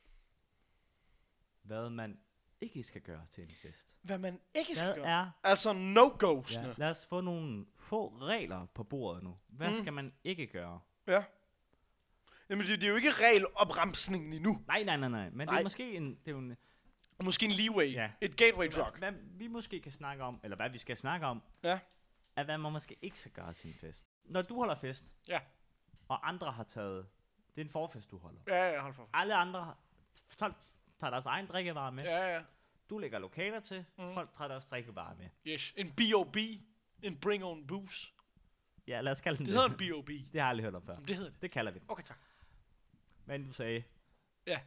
hvad man ikke skal gøre til en fest. Hvad man ikke skal Hvad gøre. er... Altså no-go'sne. Ja, lad os få nogle få regler på bordet nu. Hvad Mm. skal man ikke gøre? Ja. Jamen, det, det er jo ikke regelopremsningen endnu. Nej, nej, nej, nej. Men det Nej. er måske en... Det er jo en Måske en leeway. Ja. Et gateway hvad, drug. hvad vi måske kan snakke om, eller hvad vi skal snakke om, Ja. er hvad man måske ikke skal gøre til en fest. Når du holder fest, Ja. og andre har taget... Det er en forfest, du holder. Ja, ja, hold for. Alle andre har- folk tager deres egen drikkevarer med. Ja, ja. Du lægger lokaler til. Mm. Folk tager deres drikkevarer med. Yes. En B O B. En bring own booze. Ja, lad os kalde den Det det. hedder en B O B. Det har jeg aldrig hørt om før. Jamen, det hedder det. Det kalder vi det. Okay, tak. Men du sagde, Ja.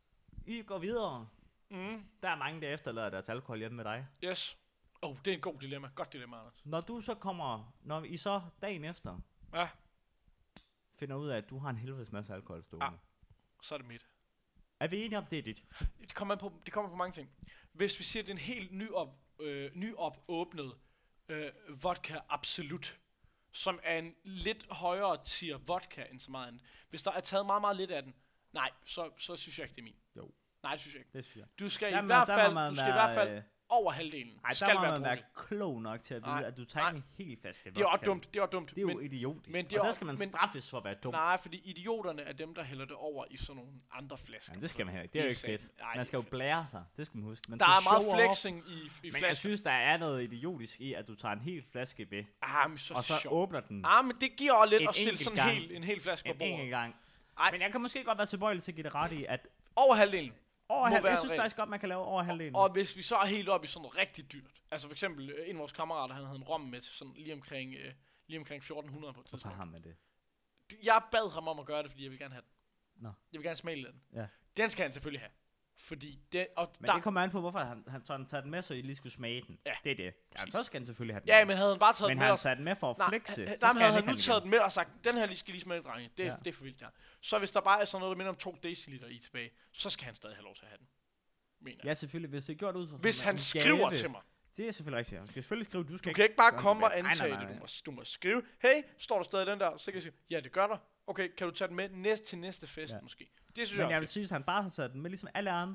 I går videre. Mm. Der er mange, der efterlader deres alkohol hjemme med dig. Yes. Oh, det er en god dilemma. Godt dilemma, Anders. Når du så kommer, når I så dagen efter Ja, finder ud af, at du har en helvedes masse alkohol stående. Ah. så er det mit. Er vi enige om, det er dit? Det kommer, an på, det kommer på mange ting. Hvis vi siger, at det er en helt nyop, øh, nyopåbnet øh, vodka absolut, som er en lidt højere tier vodka end så meget andet. Hvis der er taget meget, meget lidt af den, nej, så, så synes jeg ikke, det er min. Jo. Nej, det synes jeg ikke. Det synes jeg. Du skal Der i må- hvert der må fald, man du skal i være, hvert fald øh, over halvdelen. Ej, skal der må være man være brugelig. klog nok til at vide, Nej, at du tager nej. en hel flaske Det er også vodka. dumt, det er også dumt. Det er jo men, idiotisk. men Men det er og der også- skal man men- straffes for at være dum. nej, fordi idioterne er dem, der hælder det over i sådan nogle andre flasker. Ja, det skal man heller ikke. Det er jo ikke sandt. fedt. Nej, Man skal jo blære sig. Det skal man huske. Man Der skal er meget show off. flexing i, i Men jeg flasken. synes, der er noget idiotisk i, at du tager en hel flaske ved, Ah, men så og så sjovt. åbner den Ah, men det giver også lidt En at stille enkelt sådan gang. hel, en hel flaske på en bordet. enkelt gang. Ej. Men jeg kan måske godt være tilbøjelig til at give det ret i, at Over halvdelen. over Må halv, være jeg synes regel. faktisk godt, man kan lave over halvdelen. Og hvis vi så er helt oppe i sådan noget rigtig dyrt. Altså for eksempel, øh, en af vores kammerater, han havde en rom med til sådan lige omkring, øh, lige omkring fjorten hundrede på et Hvorfor tidspunkt. har man det? Jeg bad ham om at gøre det, fordi jeg vil gerne have den. Nå. Jeg vil gerne smage lidt af den. Ja. Den skal han selvfølgelig have. Fordi det, og Men der, det kommer an på, hvorfor han, han sådan tager den med, så I lige skulle smage den. Ja. Det er det. Ja, så skal han selvfølgelig have den ja, med. men havde han bare taget Men den har med han og taget den med for at Nej, flexe? der så skal havde han ikke nu have taget den med og sagt, den her lige skal lige smage, drenge. Det, Ja. ja. det er for vildt, der. Så hvis der bare er sådan noget, der minder om to deciliter i tilbage, så skal han stadig have lov til at have den. Mener jeg. Ja, selvfølgelig. Hvis det er gjort ud fra Hvis som han en skriver gave. til mig. Det er selvfølgelig rigtigt. Han skal selvfølgelig skrive, du skal Du kan ikke bare gøre komme og noget ved. Nej, antage nej, det. nej, Du må, du må skrive, hey, står der stadig den der? Så kan jeg sige, ja, det gør der. Okay, kan du tage den med næste til næste fest Ja. måske? Det synes Men jeg jeg er vil fedt. sige, at han bare har taget den med, ligesom alle andre.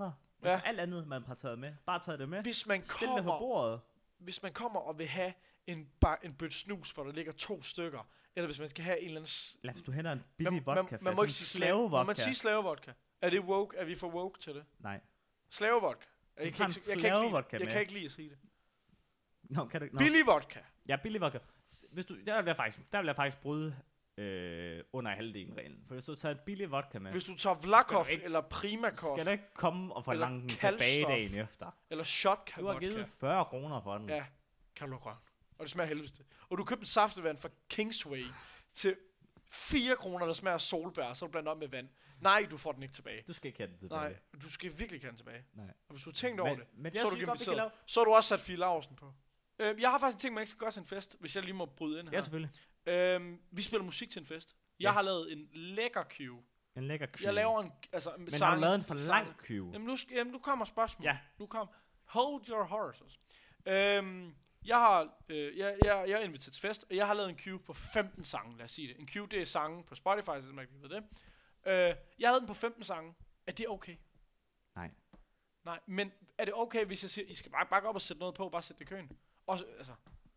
Ja. Altså, alt andet, man har taget med. Bare taget det med. Hvis man Stil det på kommer, bordet. hvis man kommer og vil have en, bare en bøtte snus, hvor der ligger to stykker, eller hvis man skal have en eller anden... S- Lad os du henter en billig man, vodka. man, man må ikke sige slavevodka. Må man sige slavevodka? Er det woke? Er vi for woke til det? Nej. Slavevodka. Jeg, jeg, kan ikke, jeg, kan ikke lide, jeg kan ikke lide at sige det. Nå, kan du ikke? Billig vodka. Ja, billig vodka. Hvis du, der vil jeg faktisk, der vil jeg faktisk bryde øh, under halvdelen reglen. For hvis du tager et billig vodka med... Hvis du tager Vlakov eller Primakov... Skal du ikke komme og forlange den tilbage dagen efter? Eller shotka Du har givet fyrre kroner for den. Ja, kan du grøn. Og det smager helvedes. Og du købte en saftevand fra Kingsway til fire kroner, der smager solbær, så er du blandt op med vand. Nej, du får den ikke tilbage. Du skal ikke have den tilbage. Nej, du skal virkelig have den tilbage. Nej. Og hvis du har tænkt men, over det, men så er du gennem så har du også sat Fie Laursen på. Øh, jeg har faktisk en ting, man ikke skal gøre til en fest, hvis jeg lige må bryde ind her. Ja, selvfølgelig. Øh, vi spiller musik til en fest. Jeg ja. har lavet en lækker cue. En lækker cue. Jeg laver en, altså, men sang, har du lavet en for lang cue? Jamen nu, jamen, nu kommer spørgsmål. Ja. Nu kom. Hold your horses. Øhm, jeg har, øh, jeg, jeg, jeg er inviteret til fest, og jeg har lavet en queue på femten sange, lad os sige det. En queue, det er sange på Spotify, så man ikke ved det. Øh, jeg havde den på femten sange. Er det okay? Nej. Nej, men er det okay, hvis jeg siger, I skal bare bakke op og sætte noget på, bare sætte det i køen? Også, altså,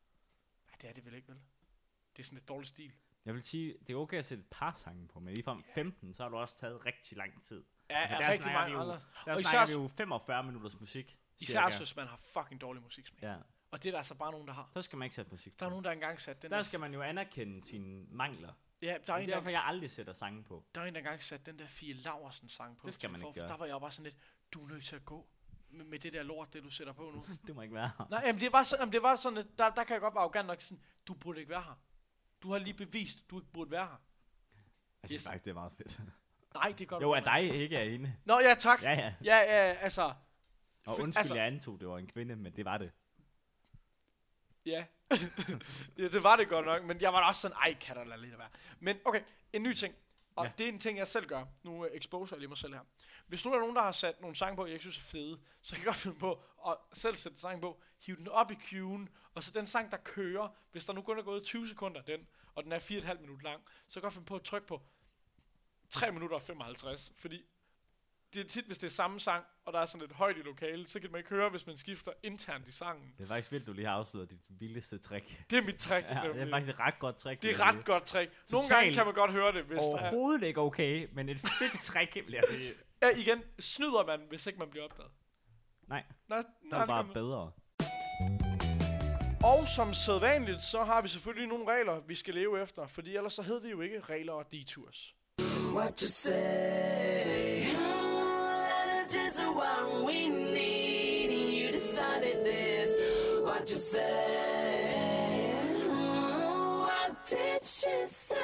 nej, det er det vel ikke, vel? Det er sådan et dårligt stil. Jeg vil sige, det er okay at sætte et par sange på, men lige fra femten, så har du også taget rigtig lang tid. Ja, altså, ja der rigtig mange jo, andre. Der og snakker vi jo femogfyrre minutters musik. Især hvis man har fucking dårlig musiksmag. Ja. Og det er der altså bare nogen, der har. Så skal man ikke sætte musik. Der er nogen, der engang sat den der. Der skal man jo anerkende sine mangler. Ja, der er en, det er derfor, jeg aldrig sætter sange på. Der er en, der engang sat den der Fie Laursen sang på. Det skal man ikke gøre. Der var jeg bare sådan lidt, du er nødt til at gå med, med det der lort, det du sætter på nu. Det må ikke være her. Nej, jamen det var, så, jamen, det var sådan, at der, der kan jeg godt være arrogant nok sådan, du burde ikke være her. Du har lige bevist, du ikke burde være her. Jeg synes yes. faktisk, det er meget fedt. Nej, det er godt. Jo, at dig ikke er inde. Nå, ja, tak. Ja, ja. Ja, ja, altså. Og undskyld, altså, jeg antog, det var en kvinde, men det var det. Ja. Ja, det var det godt nok, men jeg var også sådan, ej, kan der lade lidt være. Men okay, en ny ting. Og ja. Det er en ting, jeg selv gør. Nu exposer jeg lige mig selv her. Hvis nu er der nogen, der har sat nogle sange på, jeg ikke synes er fede, så kan jeg godt finde på at selv sætte sangen på, hive den op i queuen, og så den sang, der kører, hvis der nu kun er gået tyve sekunder den, og den er fire komma fem minutter lang, så kan jeg godt finde på at trykke på tre minutter og femoghalvtreds, fordi det er tit, hvis det er samme sang, og der er sådan et højt i lokale, så kan man ikke høre, hvis man skifter internt i sangen. Det er faktisk vildt, du lige har afsløret dit vildeste trick. Det er mit trick. Ja, det er faktisk et ret godt trick. Det er et ret godt trick. Nogle gange kan man godt høre det, hvis overhovedet ikke okay, men et fedt trick, vil jeg sige. Ja, igen, snyder man, hvis ikke man bliver opdaget. Nej, nej, nej det er bare det bedre. Og som sædvanligt, så har vi selvfølgelig nogle regler, vi skal leve efter, fordi ellers så hed det jo ikke regler og detours. What you say? Just what we need, and you decided this. What you say? What did she say?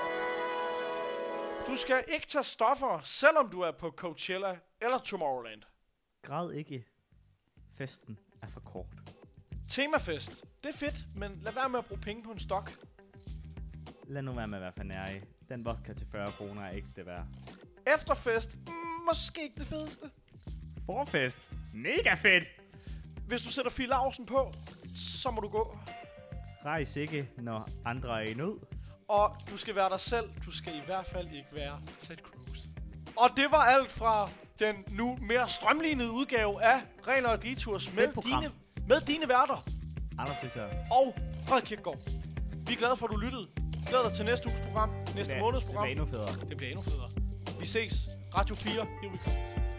Du skal ikke tage stoffer, selvom du er på Coachella eller Tomorrowland. Græd ikke. Festen er for kort. Temafest. Det er fedt, men lad være med at bruge penge på en stok. Lad nu være med at være for nær i. Den vodka til fyrre kroner er ikke det værd. Efterfest. Måske ikke det fedeste. Forfest. Mega fedt. Hvis du sætter Fie Laursen på, så må du gå. Rejs ikke, når andre er i nød. Og du skal være dig selv. Du skal i hvert fald ikke være Ted Cruz. Og det var alt fra den nu mere strømlignede udgave af Regler og Detours med dine, med dine værter. Anders Tøtter. Og Frederik Kirkegaard. Vi er glade for, at du lyttede. Glæder dig til næste uges program. Næste måneds program. Det bliver endnu federe. Det bliver endnu federe. Vi ses. Radio fire. Here we go.